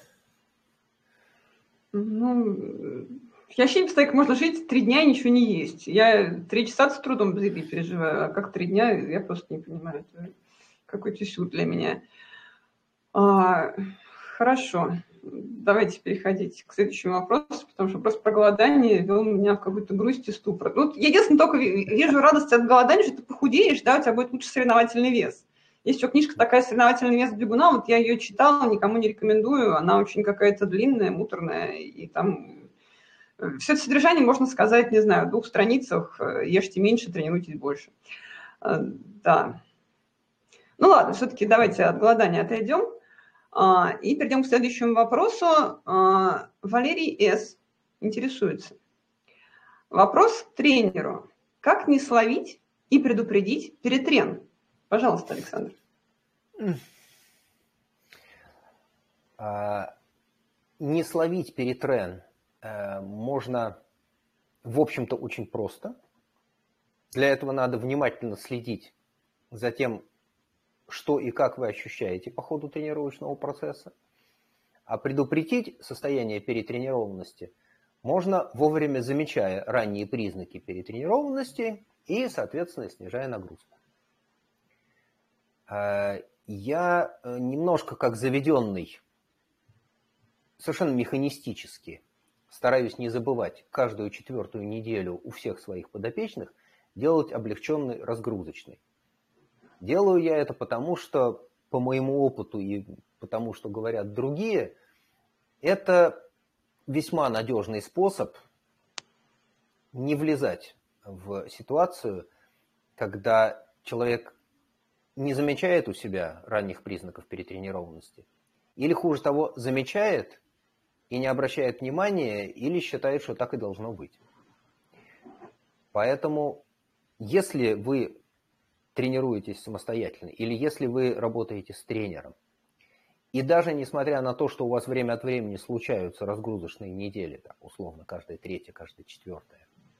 Ну, я вообще не представляю, как можно жить три дня и ничего не есть. Я три часа с трудом за еды переживаю, а как три дня, я просто не понимаю. Это какой-то сюр для меня. А, хорошо. давайте переходить к следующему вопросу, потому что вопрос про голодание вел меня в какую-то грусть и ступор. Ну, я единственное только вижу радость от голодания, что ты похудеешь, да, у тебя будет лучше соревновательный вес. Есть еще книжка такая «Соревновательный вес бегуна», вот я ее читала, никому не рекомендую, она очень какая-то длинная, муторная, и там все это содержание, можно сказать, не знаю, в двух страницах, ешьте меньше, тренируйтесь больше. Да. Ну ладно, все-таки давайте от голодания отойдем и перейдем к следующему вопросу. Валерий С. интересуется. Вопрос к тренеру. Как не словить и предупредить перетрен? Пожалуйста, Александр. Не словить перетрен можно, в общем-то, очень просто. Для этого надо внимательно следить за тем, что и как вы ощущаете по ходу тренировочного процесса. А предупредить состояние перетренированности можно вовремя замечая ранние признаки перетренированности и, соответственно, снижая нагрузку. Я немножко как заведенный, совершенно механистически стараюсь не забывать каждую четвертую неделю у всех своих подопечных делать облегченный разгрузочный. Делаю я это потому, что по моему опыту и потому, что говорят другие, это весьма надежный способ не влезать в ситуацию, когда человек не замечает у себя ранних признаков перетренированности, или, хуже того, замечает и не обращает внимания, или считает, что так и должно быть. Поэтому, если вы тренируетесь самостоятельно, или если вы работаете с тренером, и даже несмотря на то, что у вас время от времени случаются разгрузочные недели, так, условно, каждая третья, каждая четвертая,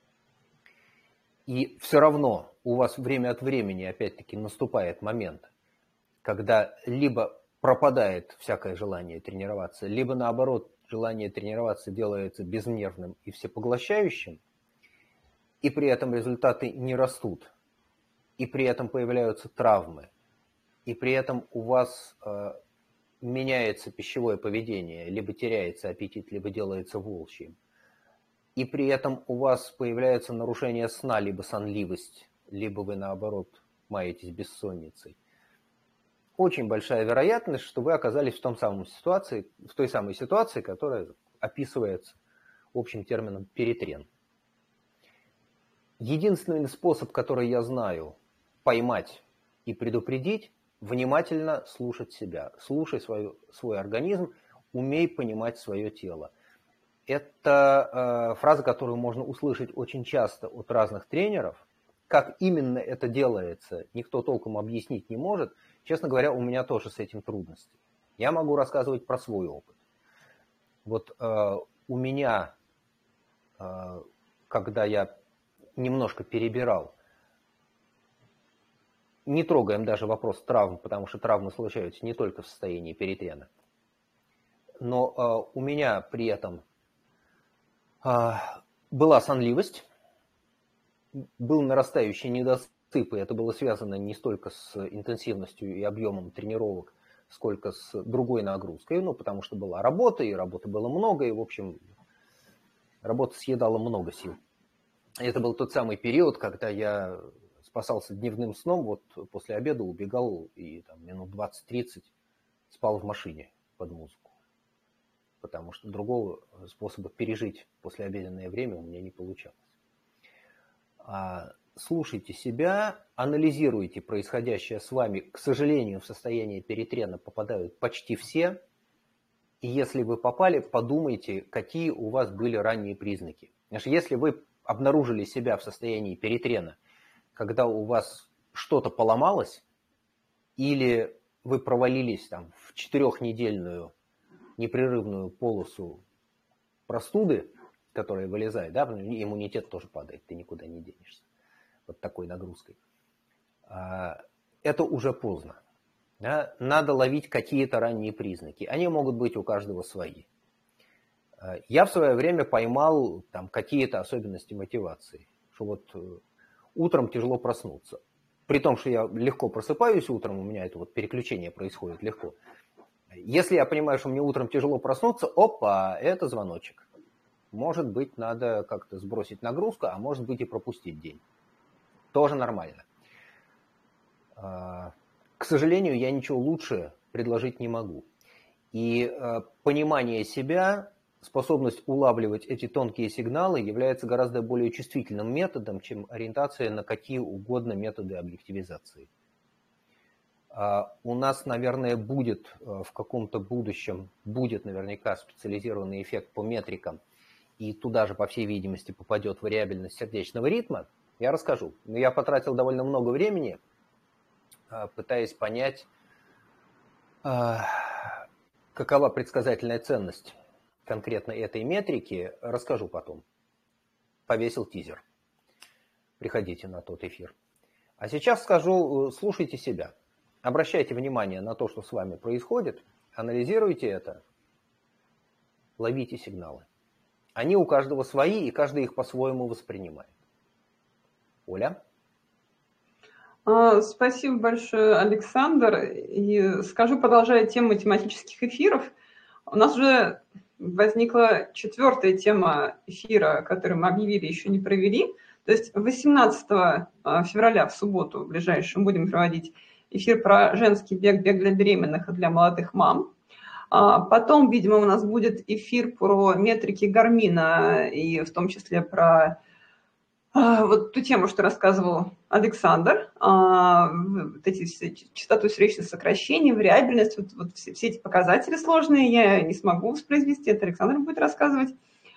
и все равно у вас время от времени, опять-таки, наступает момент, когда либо пропадает всякое желание тренироваться, либо, наоборот, желание тренироваться делается безнервным и всепоглощающим, и при этом результаты не растут, и при этом появляются травмы, и при этом у вас э, меняется пищевое поведение, либо теряется аппетит, либо делается волчьим, и при этом у вас появляется нарушение сна, либо сонливость, либо вы, наоборот, маетесь бессонницей. Очень большая вероятность, что вы оказались в, том самом ситуации, в той самой ситуации, которая описывается общим термином перетрен. Единственный способ, который я знаю поймать и предупредить, внимательно слушать себя. Слушай свой, свой организм, умей понимать свое тело. Это э, фраза, которую можно услышать очень часто от разных тренеров. Как именно это делается, никто толком объяснить не может. Честно говоря, у меня тоже с этим трудности. Я могу рассказывать про свой опыт. Вот э, у меня, э, когда я немножко перебирал, не трогаем даже вопрос травм, потому что травмы случаются не только в состоянии перетрена, но э, у меня при этом э, была сонливость, был нарастающий недосып, и это было связано не столько с интенсивностью и объемом тренировок, сколько с другой нагрузкой, ну, потому что была работа, и работы было много, и, в общем, работа съедала много сил. И это был тот самый период, когда я спасался дневным сном, вот после обеда убегал и там, минут двадцать-тридцать спал в машине под музыку, потому что другого способа пережить послеобеденное время у меня не получалось. Слушайте себя, анализируйте происходящее с вами. К сожалению, в состояние перетрена попадают почти все. И если вы попали, подумайте, какие у вас были ранние признаки. Потому что если вы обнаружили себя в состоянии перетрена, когда у вас что-то поломалось, или вы провалились там, в четырехнедельную непрерывную полосу простуды, которая вылезает, да, иммунитет тоже падает, ты никуда не денешься вот такой нагрузкой. Это уже поздно. Да? Надо ловить какие-то ранние признаки. Они могут быть у каждого свои. Я в свое время поймал там какие-то особенности мотивации, что вот утром тяжело проснуться. При том, что я легко просыпаюсь утром, у меня это вот переключение происходит легко. Если я понимаю, что мне утром тяжело проснуться, опа, это звоночек. Может быть, надо как-то сбросить нагрузку, а может быть и пропустить день. Тоже нормально. К сожалению, я ничего лучше предложить не могу. И понимание себя, способность улавливать эти тонкие сигналы является гораздо более чувствительным методом, чем ориентация на какие угодно методы объективизации. У нас, наверное, будет в каком-то будущем, будет наверняка специализированный эффект по метрикам, и туда же, по всей видимости, попадет вариабельность сердечного ритма. Я расскажу. Но я потратил довольно много времени, пытаясь понять, какова предсказательная ценность конкретно этой метрики. Расскажу потом. Повесил тизер. Приходите на тот эфир. А сейчас скажу, слушайте себя. Обращайте внимание на то, что с вами происходит, анализируйте это, ловите сигналы. Они у каждого свои, и каждый их по-своему воспринимает. Оля? Спасибо большое, Александр. И скажу, продолжая тему тематических эфиров, у нас уже возникла четвертая тема эфира, который мы объявили, еще не провели. То есть восемнадцатого февраля, в субботу, в ближайшем, будем проводить эфир про женский бег, бег для беременных и для молодых мам. Потом, видимо, у нас будет эфир про метрики Гармина, и в том числе про вот ту тему, что рассказывал Александр, вот эти все, частоту сердечных сокращений, вариабельность, вот, вот все, все эти показатели сложные я не смогу воспроизвести, это Александр будет рассказывать.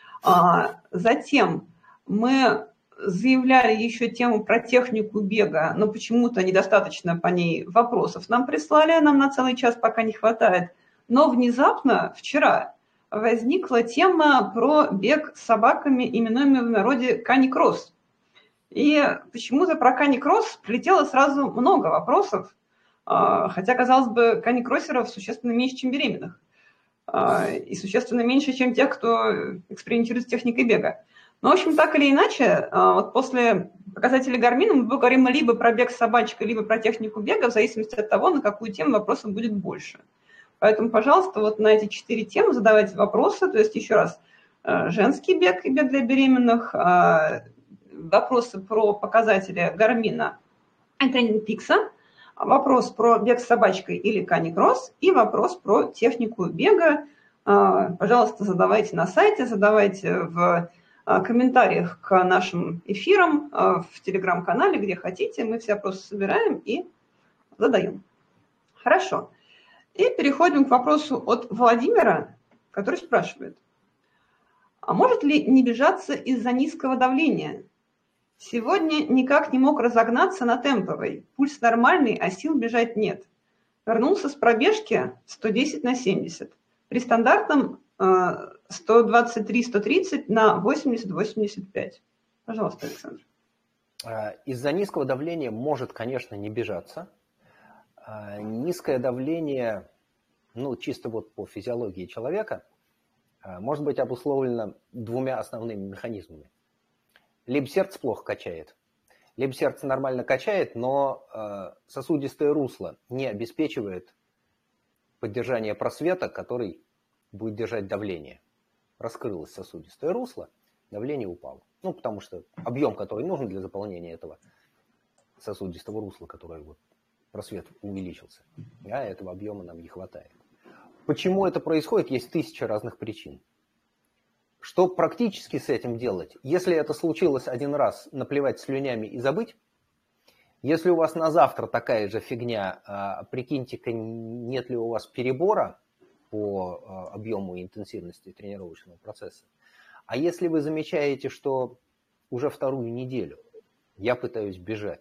Затем мы заявляли еще тему про технику бега, но почему-то недостаточно по ней вопросов нам прислали, нам на целый час пока не хватает. Но внезапно вчера возникла тема про бег с собаками, именуемый в народе каникросс. И почему-то про каникросс прилетело сразу много вопросов, хотя, казалось бы, каникроссеров существенно меньше, чем беременных, и существенно меньше, чем тех, кто экспериментирует с техникой бега. Но, в общем, так или иначе, вот после показателей Гармина мы говорим либо про бег с собачкой, либо про технику бега, в зависимости от того, на какую тему вопросов будет больше. Поэтому, пожалуйста, вот на эти четыре темы задавайте вопросы. То есть, еще раз, женский бег и бег для беременных, вопросы про показатели Гармина и тренинг Пикса, вопрос про бег с собачкой или каникросс и вопрос про технику бега. Пожалуйста, задавайте на сайте, задавайте в комментариях к нашим эфирам, в телеграм-канале, где хотите. Мы все вопросы собираем и задаем. Хорошо. И переходим к вопросу от Владимира, который спрашивает. А может ли не бежаться из-за низкого давления? Сегодня никак не мог разогнаться на темповой. Пульс нормальный, а сил бежать нет. Вернулся с пробежки сто десять на семьдесят. При стандартном сто двадцать три - сто тридцать на восемьдесят - восемьдесят пять. Пожалуйста, Александр. Из-за низкого давления может, конечно, не бежаться. Низкое давление, ну, чисто вот по физиологии человека, может быть обусловлено двумя основными механизмами. Либо сердце плохо качает, либо сердце нормально качает, но сосудистое русло не обеспечивает поддержание просвета, который будет держать давление. Раскрылось сосудистое русло, давление упало. Ну, потому что объем, который нужен для заполнения этого сосудистого русла, который вот просвет увеличился, а этого объема нам не хватает. Почему это происходит? Есть тысяча разных причин. Что практически с этим делать? Если это случилось один раз, наплевать слюнями и забыть. Если у вас на завтра такая же фигня, прикиньте-ка, нет ли у вас перебора по объему и интенсивности тренировочного процесса. А если вы замечаете, что уже вторую неделю я пытаюсь бежать,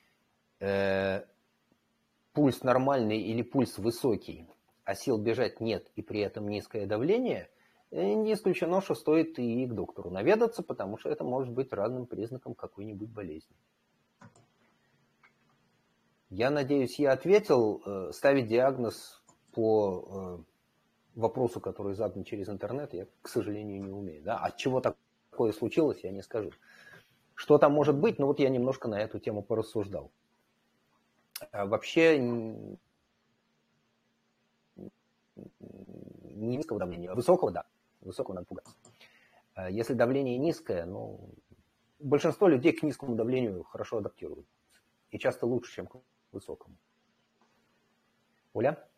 э, пульс нормальный или пульс высокий, а сил бежать нет, и при этом низкое давление, не исключено, что стоит и к доктору наведаться, потому что это может быть разным признаком какой-нибудь болезни. Я надеюсь, я ответил. Ставить диагноз по вопросу, который задан через интернет, я, к сожалению, не умею. Да? От чего такое случилось, я не скажу. Что там может быть, ну вот я немножко на эту тему порассуждал. Вообще не низкого давления, а высокого, да, высокого надо пугаться. Если давление низкое, ну, большинство людей к низкому давлению хорошо адаптируются. И часто лучше, чем к высокому. Оля?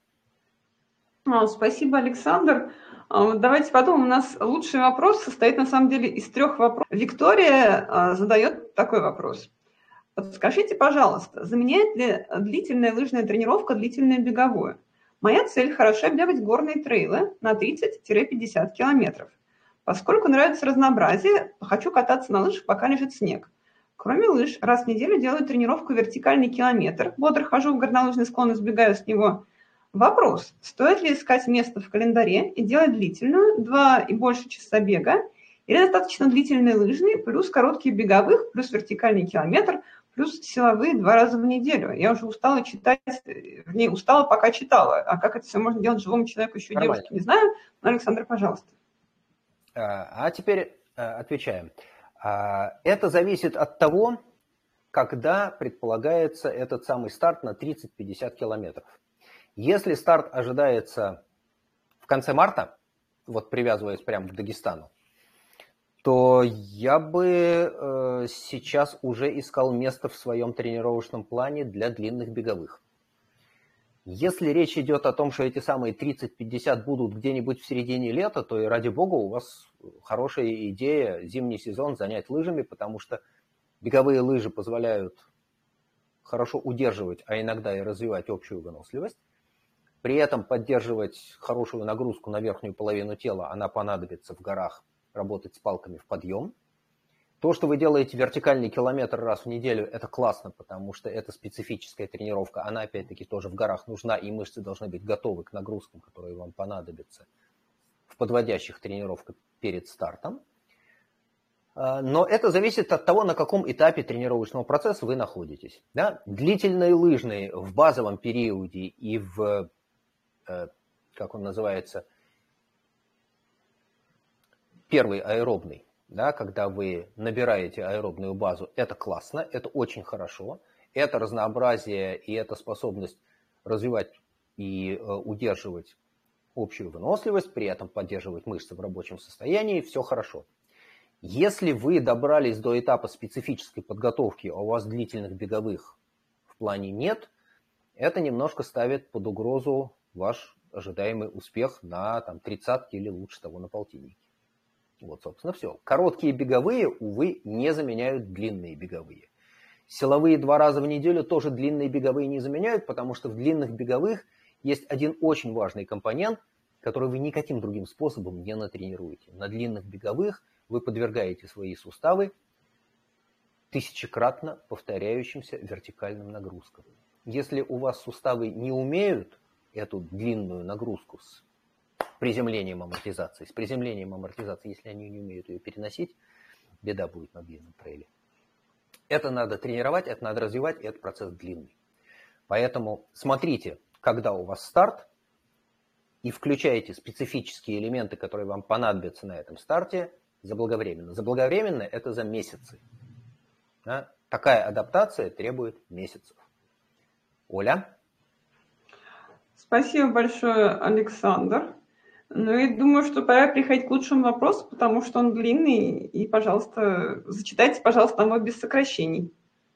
Спасибо, Александр. Давайте потом. У нас лучший вопрос состоит на самом деле из трех вопросов. Виктория задает такой вопрос. Подскажите, пожалуйста, заменяет ли длительная лыжная тренировка длительное беговое? Моя цель – хорошо бегать горные трейлы на тридцать-пятьдесят километров. Поскольку нравится разнообразие, хочу кататься на лыжах, пока лежит снег. Кроме лыж, раз в неделю делаю тренировку вертикальный километр. Бодро хожу в горнолыжный склон и сбегаю с него. Вопрос, стоит ли искать место в календаре и делать длительную, два и больше часа бега, или достаточно длительные лыжные, плюс короткие беговых, плюс вертикальный километр, плюс силовые два раза в неделю. Я уже устала читать, вернее, устала, пока читала. А как это все можно делать живому человеку, еще Нормально. девушке, не знаю. Но, Александр, пожалуйста. А теперь отвечаем. Это зависит от того, когда предполагается этот самый старт на тридцать-пятьдесят километров. Если старт ожидается в конце марта, вот привязываясь прямо к Дагестану, то я бы э, сейчас уже искал место в своем тренировочном плане для длинных беговых. Если речь идет о том, что эти самые тридцать-пятьдесят будут где-нибудь в середине лета, то и ради бога у вас хорошая идея зимний сезон занять лыжами, потому что беговые лыжи позволяют хорошо удерживать, а иногда и развивать общую выносливость. При этом поддерживать хорошую нагрузку на верхнюю половину тела, она понадобится в горах, работать с палками в подъем. То, что вы делаете вертикальный километр раз в неделю, это классно, потому что это специфическая тренировка. Она, опять-таки, тоже в горах нужна, и мышцы должны быть готовы к нагрузкам, которые вам понадобятся в подводящих тренировках перед стартом. Но это зависит от того, на каком этапе тренировочного процесса вы находитесь. Да? Длительные лыжные в базовом периоде и в, как он называется, первый аэробный, да, когда вы набираете аэробную базу, это классно, это очень хорошо. Это разнообразие и это способность развивать и э, удерживать общую выносливость, при этом поддерживать мышцы в рабочем состоянии, все хорошо. Если вы добрались до этапа специфической подготовки, а у вас длительных беговых в плане нет, это немножко ставит под угрозу ваш ожидаемый успех на там, тридцатке или лучше того на полтиннике. Вот, собственно, все. Короткие беговые, увы, не заменяют длинные беговые. Силовые два раза в неделю тоже длинные беговые не заменяют, потому что в длинных беговых есть один очень важный компонент, который вы никаким другим способом не натренируете. На длинных беговых вы подвергаете свои суставы тысячекратно повторяющимся вертикальным нагрузкам. Если у вас суставы не умеют эту длинную нагрузку с приземлением амортизации. С приземлением амортизации, если они не умеют ее переносить, беда будет на длинном трейле. Это надо тренировать, это надо развивать, и этот процесс длинный. Поэтому смотрите, когда у вас старт, и включайте специфические элементы, которые вам понадобятся на этом старте, заблаговременно. Заблаговременно – это за месяцы. Да? Такая адаптация требует месяцев. Оля? Спасибо большое, Александр. Ну и думаю, что пора переходить к лучшему вопросу, потому что он длинный. И, пожалуйста, зачитайте, пожалуйста, его без сокращений.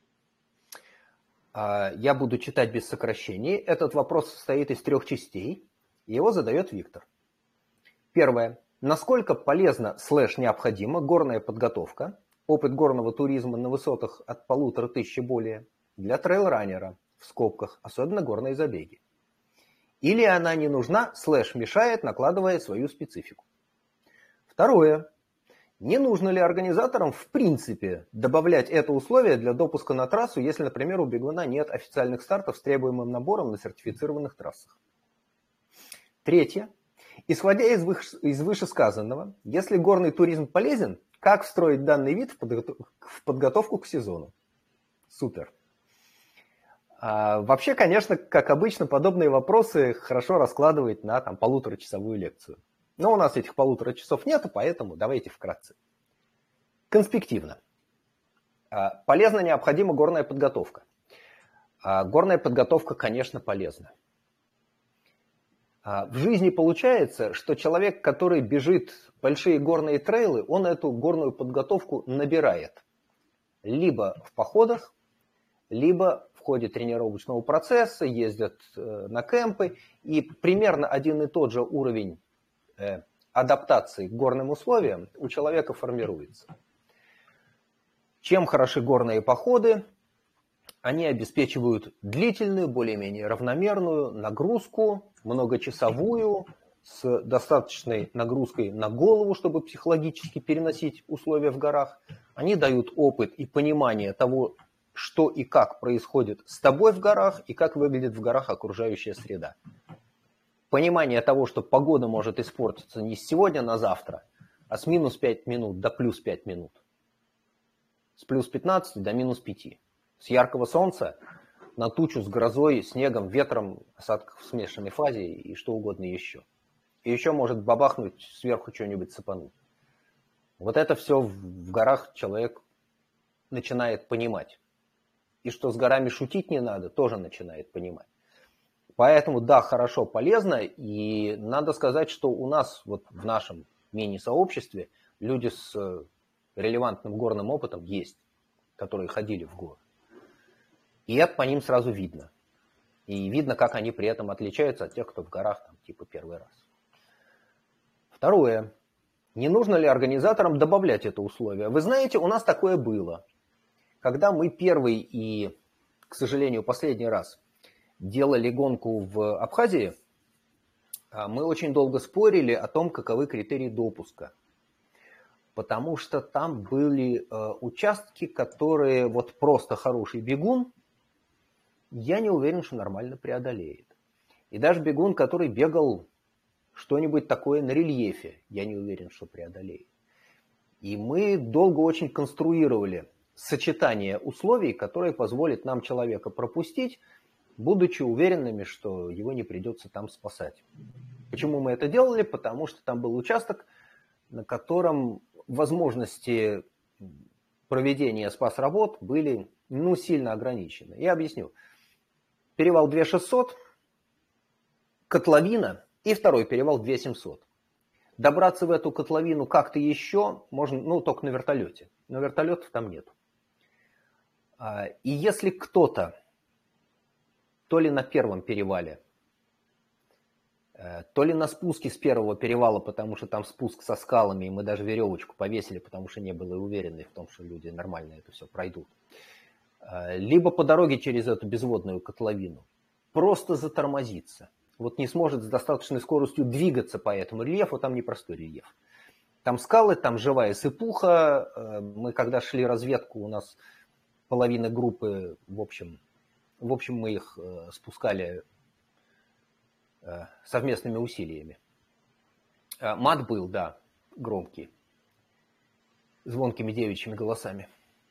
Я буду читать без сокращений. Этот вопрос состоит из трех частей. Его задает Виктор. Первое. Насколько полезна слэш необходима горная подготовка, опыт горного туризма на высотах от полутора тысяч и более, для трейлранера, в скобках, особенно горные забеги? Или она не нужна, слэш мешает, накладывая свою специфику. Второе. Не нужно ли организаторам в принципе добавлять это условие для допуска на трассу, если, например, у бегуна нет официальных стартов с требуемым набором на сертифицированных трассах? Третье. Исходя из, выше, из вышесказанного, если горный туризм полезен, как встроить данный вид в, подго- в подготовку к сезону? Супер. А, вообще, конечно, как обычно, подобные вопросы хорошо раскладывать на там, полуторачасовую лекцию. Но у нас этих полутора часов нет, поэтому давайте вкратце. Конспективно. А, полезна, необходима горная подготовка. А, горная подготовка, конечно, полезна. В жизни получается, что человек, который бежит большие горные трейлы, он эту горную подготовку набирает. Либо в походах, либо в ходе тренировочного процесса, ездят на кемпы, и примерно один и тот же уровень адаптации к горным условиям у человека формируется. Чем хороши горные походы? Они обеспечивают длительную, более-менее равномерную нагрузку, многочасовую, с достаточной нагрузкой на голову, чтобы психологически переносить условия в горах. Они дают опыт и понимание того, что и как происходит с тобой в горах и как выглядит в горах окружающая среда. Понимание того, что погода может испортиться не с сегодня на завтра, а с минус пять минут до плюс пять минут. С плюс пятнадцати до минус пяти. С яркого солнца на тучу с грозой, снегом, ветром, осадков в смешанной фазе и что угодно еще. И еще может бабахнуть сверху что-нибудь сыпануть. Вот это все в горах человек начинает понимать. И что с горами шутить не надо, тоже начинает понимать. Поэтому, да, хорошо, полезно. И надо сказать, что у нас вот в нашем мини-сообществе люди с релевантным горным опытом есть, которые ходили в горы. И это по ним сразу видно. И видно, как они при этом отличаются от тех, кто в горах там, типа первый раз. Второе. Не нужно ли организаторам добавлять это условие? Вы знаете, у нас такое было. Когда мы первый и, к сожалению, последний раз делали гонку в Абхазии, мы очень долго спорили о том, каковы критерии допуска. Потому что там были участки, которые вот просто хороший бегун, я не уверен, что нормально преодолеет. И даже бегун, который бегал что-нибудь такое на рельефе, я не уверен, что преодолеет. И мы долго очень конструировали сочетание условий, которые позволят нам человека пропустить, будучи уверенными, что его не придется там спасать. Почему мы это делали? Потому что там был участок, на котором возможности проведения спасработ были ну, сильно ограничены. Я объясню. Перевал две тысячи шестьсот, котловина и второй перевал две тысячи семьсот. Добраться в эту котловину как-то еще можно, ну, только на вертолете. Но вертолетов там нет. И если кто-то то ли на первом перевале, то ли на спуске с первого перевала, потому что там спуск со скалами, и мы даже веревочку повесили, потому что не были уверены в том, что люди нормально это все пройдут. Либо по дороге через эту безводную котловину просто затормозится. Вот не сможет с достаточной скоростью двигаться по этому рельефу, там непростой рельеф. Там скалы, там живая сыпуха. Мы когда шли разведку, у нас половина группы, в общем, в общем мы их спускали совместными усилиями. Мат был, да, громкий, звонкими девичьими голосами.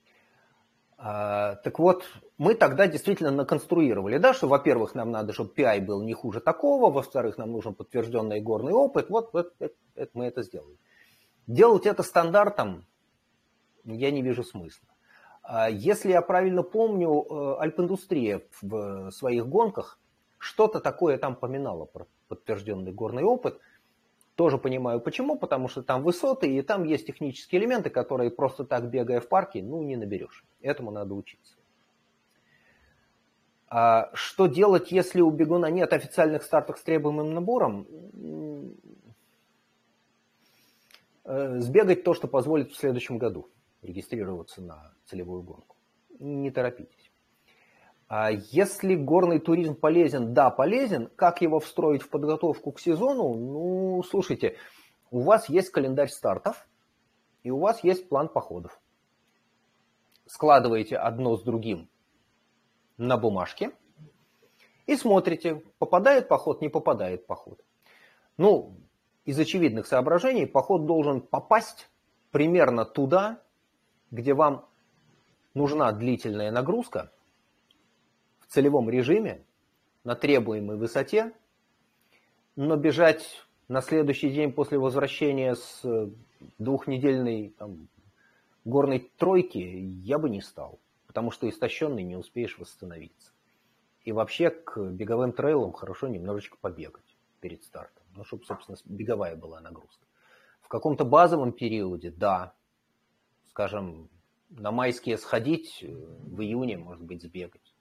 Так вот, мы тогда действительно наконструировали, да, что, во-первых, нам надо, чтобы пи ай был не хуже такого, во-вторых, нам нужен подтвержденный горный опыт, вот, вот это, это, мы это сделали. Делать это стандартом я не вижу смысла. Если я правильно помню, Альпиндустрия в своих гонках что-то такое там поминала про подтвержденный горный опыт. Тоже понимаю почему, потому что там высоты и там есть технические элементы, которые просто так, бегая в парке, ну, не наберешь. Этому надо учиться. А что делать, если у бегуна нет официальных стартов с требуемым набором? Сбегать то, что позволит в следующем году регистрироваться на целевую гонку. Не торопитесь. А если горный туризм полезен, да, полезен. Как его встроить в подготовку к сезону? Ну, слушайте, у вас есть календарь стартов, и у вас есть план походов. Складываете одно с другим на бумажке и смотрите, попадает поход, не попадает поход. Ну, из очевидных соображений, поход должен попасть примерно туда, где вам нужна длительная нагрузка, в целевом режиме, на требуемой высоте, но бежать на следующий день после возвращения с двухнедельной там, горной тройки я бы не стал, потому что истощенный не успеешь восстановиться. И вообще к беговым трейлам хорошо немножечко побегать. перед стартом, ну, чтобы, собственно, беговая была нагрузка. В каком-то базовом периоде, да, скажем, на майские сходить, в июне, может быть, сбегать.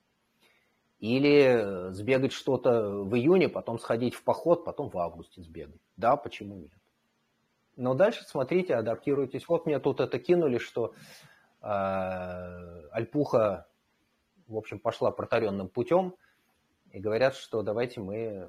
Или сбегать что-то в июне, потом сходить в поход, потом в августе сбегать. Да, почему нет? Но дальше смотрите, адаптируйтесь. Вот мне тут это кинули, что э, Альпуха, в общем, пошла протаренным путем, и говорят, что давайте мы...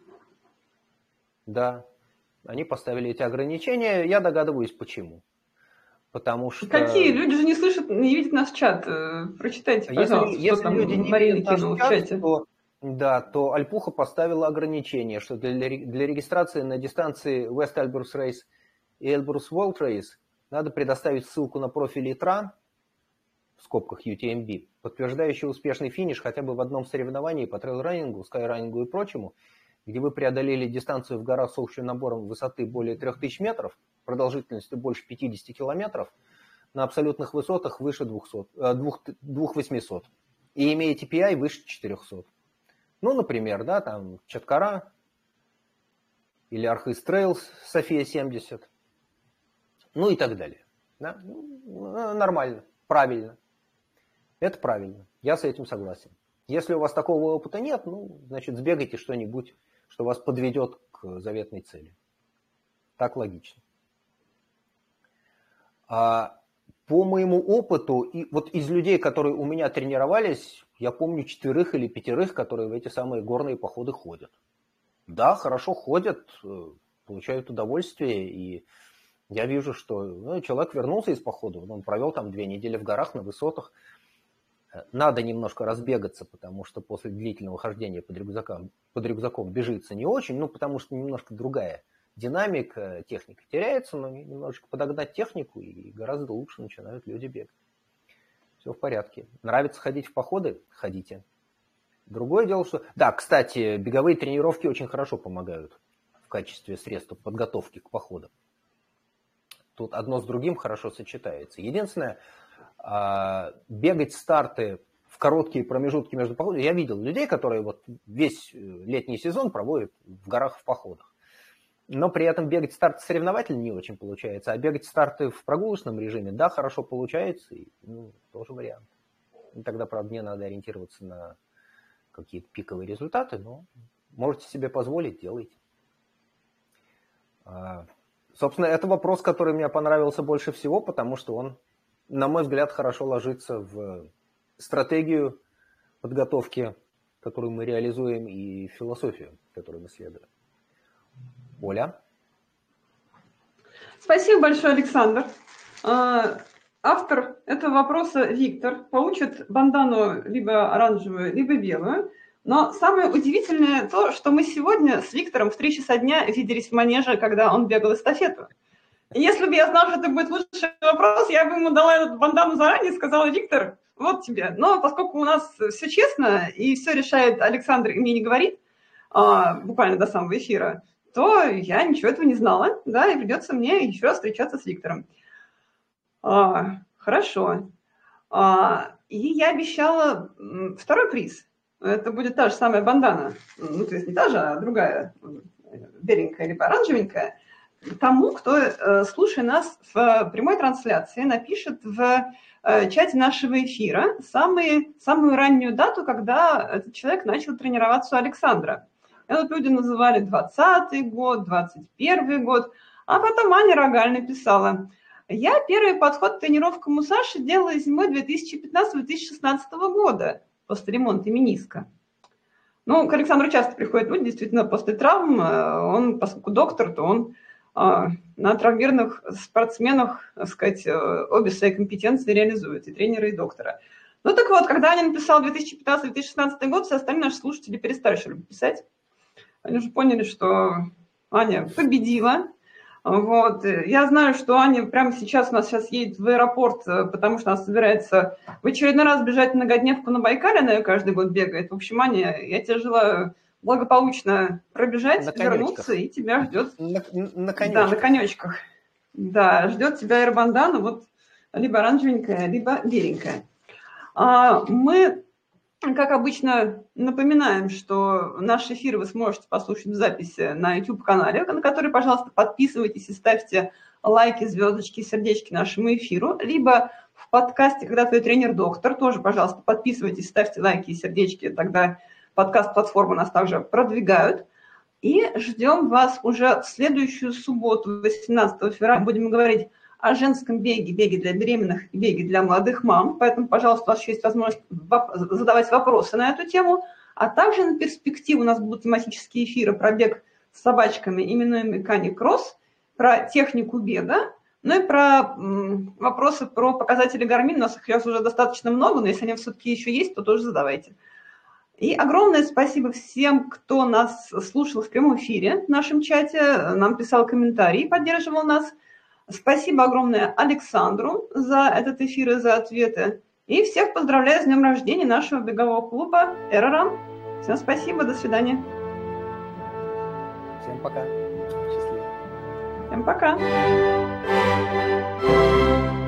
Да, они поставили эти ограничения, я догадываюсь, почему. Потому что... Какие? Люди же не слышат, не видят наш чат. Прочитайте, пожалуйста, если, что там люди не Марина видят кинула в чат, чате. То, да, то Альпуха поставила ограничение, что для, для регистрации на дистанции West Elbrus Race и Elbrus World Race надо предоставить ссылку на профиль ИТРА, в скобках ю ти эм би, подтверждающий успешный финиш хотя бы в одном соревновании по трейл-раннингу, скай-раннингу и прочему, где вы преодолели дистанцию в горах с общим набором высоты более трех тысяч метров, продолжительностью больше пятидесяти километров, на абсолютных высотах выше двухсот, двух тысяч восьмисот и имеете пи ай выше четырехсот. Ну, например, да, там Чаткара или Архыз Трейлс, София семьдесят, ну и так далее. Да? Ну, нормально, правильно. Это правильно, я с этим согласен. Если у вас такого опыта нет, ну, значит, сбегайте что-нибудь, что вас подведет к заветной цели. Так логично. А по моему опыту, и вот из людей, которые у меня тренировались, я помню четверых или пятерых, которые в эти самые горные походы ходят. Да, хорошо ходят, получают удовольствие, и я вижу, что ну, человек вернулся из похода, он провел там две недели в горах на высотах. Надо немножко разбегаться, потому что после длительного хождения под рюкзаком, под рюкзаком бежится не очень, ну, потому что немножко другая динамика, техника теряется, но немножечко подогнать технику, и гораздо лучше начинают люди бегать. Все в порядке. Нравится ходить в походы? Ходите. Другое дело, что... Да, кстати, беговые тренировки очень хорошо помогают в качестве средства подготовки к походам. Тут одно с другим хорошо сочетается. Единственное, бегать старты в короткие промежутки между походами. Я видел людей, которые вот весь летний сезон проводят в горах в походах. Но при этом бегать старты соревновательно не очень получается, а бегать старты в прогулочном режиме, да, хорошо получается, и, ну, тоже вариант. И тогда, правда, мне надо ориентироваться на какие-то пиковые результаты, но можете себе позволить, делайте. Собственно, это вопрос, который мне понравился больше всего, потому что он, на мой взгляд, хорошо ложится в стратегию подготовки, которую мы реализуем, и философию, которую мы следуем. Оля? Спасибо большое, Александр. Автор этого вопроса Виктор получит бандану либо оранжевую, либо белую. Но самое удивительное то, что мы сегодня с Виктором в три часа дня виделись в манеже, когда он бегал эстафету. И если бы я знала, что это будет лучший вопрос, я бы ему дала этот бандану заранее и сказала: Виктор, вот тебе. Но поскольку у нас все честно и все решает Александр и мне не говорит, буквально до самого эфира, то я ничего этого не знала, да, и придется мне еще раз встречаться с Виктором. А, хорошо. А, и я обещала второй приз. Это будет та же самая бандана. Ну, то есть не та же, а другая, беленькая либо оранжевенькая. Тому, кто, слушая нас в прямой трансляции, напишет в чате нашего эфира самые, самую раннюю дату, когда этот человек начал тренироваться у Александра. Этот люди называли двадцатый год, двадцать первый год, а потом Аня Рогаль написала: я первый подход к тренировкам у Саши делала зимой две тысячи пятнадцатого — две тысячи шестнадцатого года после ремонта мениска. Ну, к Александру часто приходят люди, действительно, после травм. Он, поскольку доктор, то он на травмированных спортсменах, так сказать, обе свои компетенции реализует, и тренера, и доктора. Ну, так вот, когда Аня написала две тысячи пятнадцатый — две тысячи шестнадцатый год, все остальные наши слушатели перестали что-либо писать. Они уже поняли, что Аня победила. Вот. Я знаю, что Аня прямо сейчас у нас сейчас едет в аэропорт, потому что она собирается в очередной раз бежать многодневку на Байкале, она ее каждый год бегает. В общем, Аня, я тебе желаю благополучно пробежать, на вернуться, и тебя ждет... На, на конечках. Да, на конечках. Да, ждет тебя аэробандана, вот либо оранжевенькая, либо беленькая. А, мы Как обычно, напоминаем, что наш эфир вы сможете послушать в записи на YouTube-канале, на который, пожалуйста, подписывайтесь и ставьте лайки, звездочки, сердечки нашему эфиру, либо в подкасте «Когда твой тренер-доктор», тоже, пожалуйста, подписывайтесь, ставьте лайки и сердечки, тогда подкаст-платформы нас также продвигают. И ждем вас уже в следующую субботу, восемнадцатого февраля. Будем говорить о женском беге, беге для беременных и беге для молодых мам. Поэтому, пожалуйста, у вас еще есть возможность задавать вопросы на эту тему. А также на перспективу у нас будут тематические эфиры про бег с собачками, именуемый Каникросс, про технику бега, ну и про м, вопросы про показатели Гармин. У нас их сейчас уже достаточно много, но если они все-таки еще есть, то тоже задавайте. И огромное спасибо всем, кто нас слушал в прямом эфире в нашем чате, нам писал комментарии, поддерживал нас. Спасибо огромное Александру за этот эфир и за ответы. И всех поздравляю с днем рождения нашего бегового клуба «Эра-Ран». Всем спасибо, до свидания. Всем пока. Счастливо. Всем пока.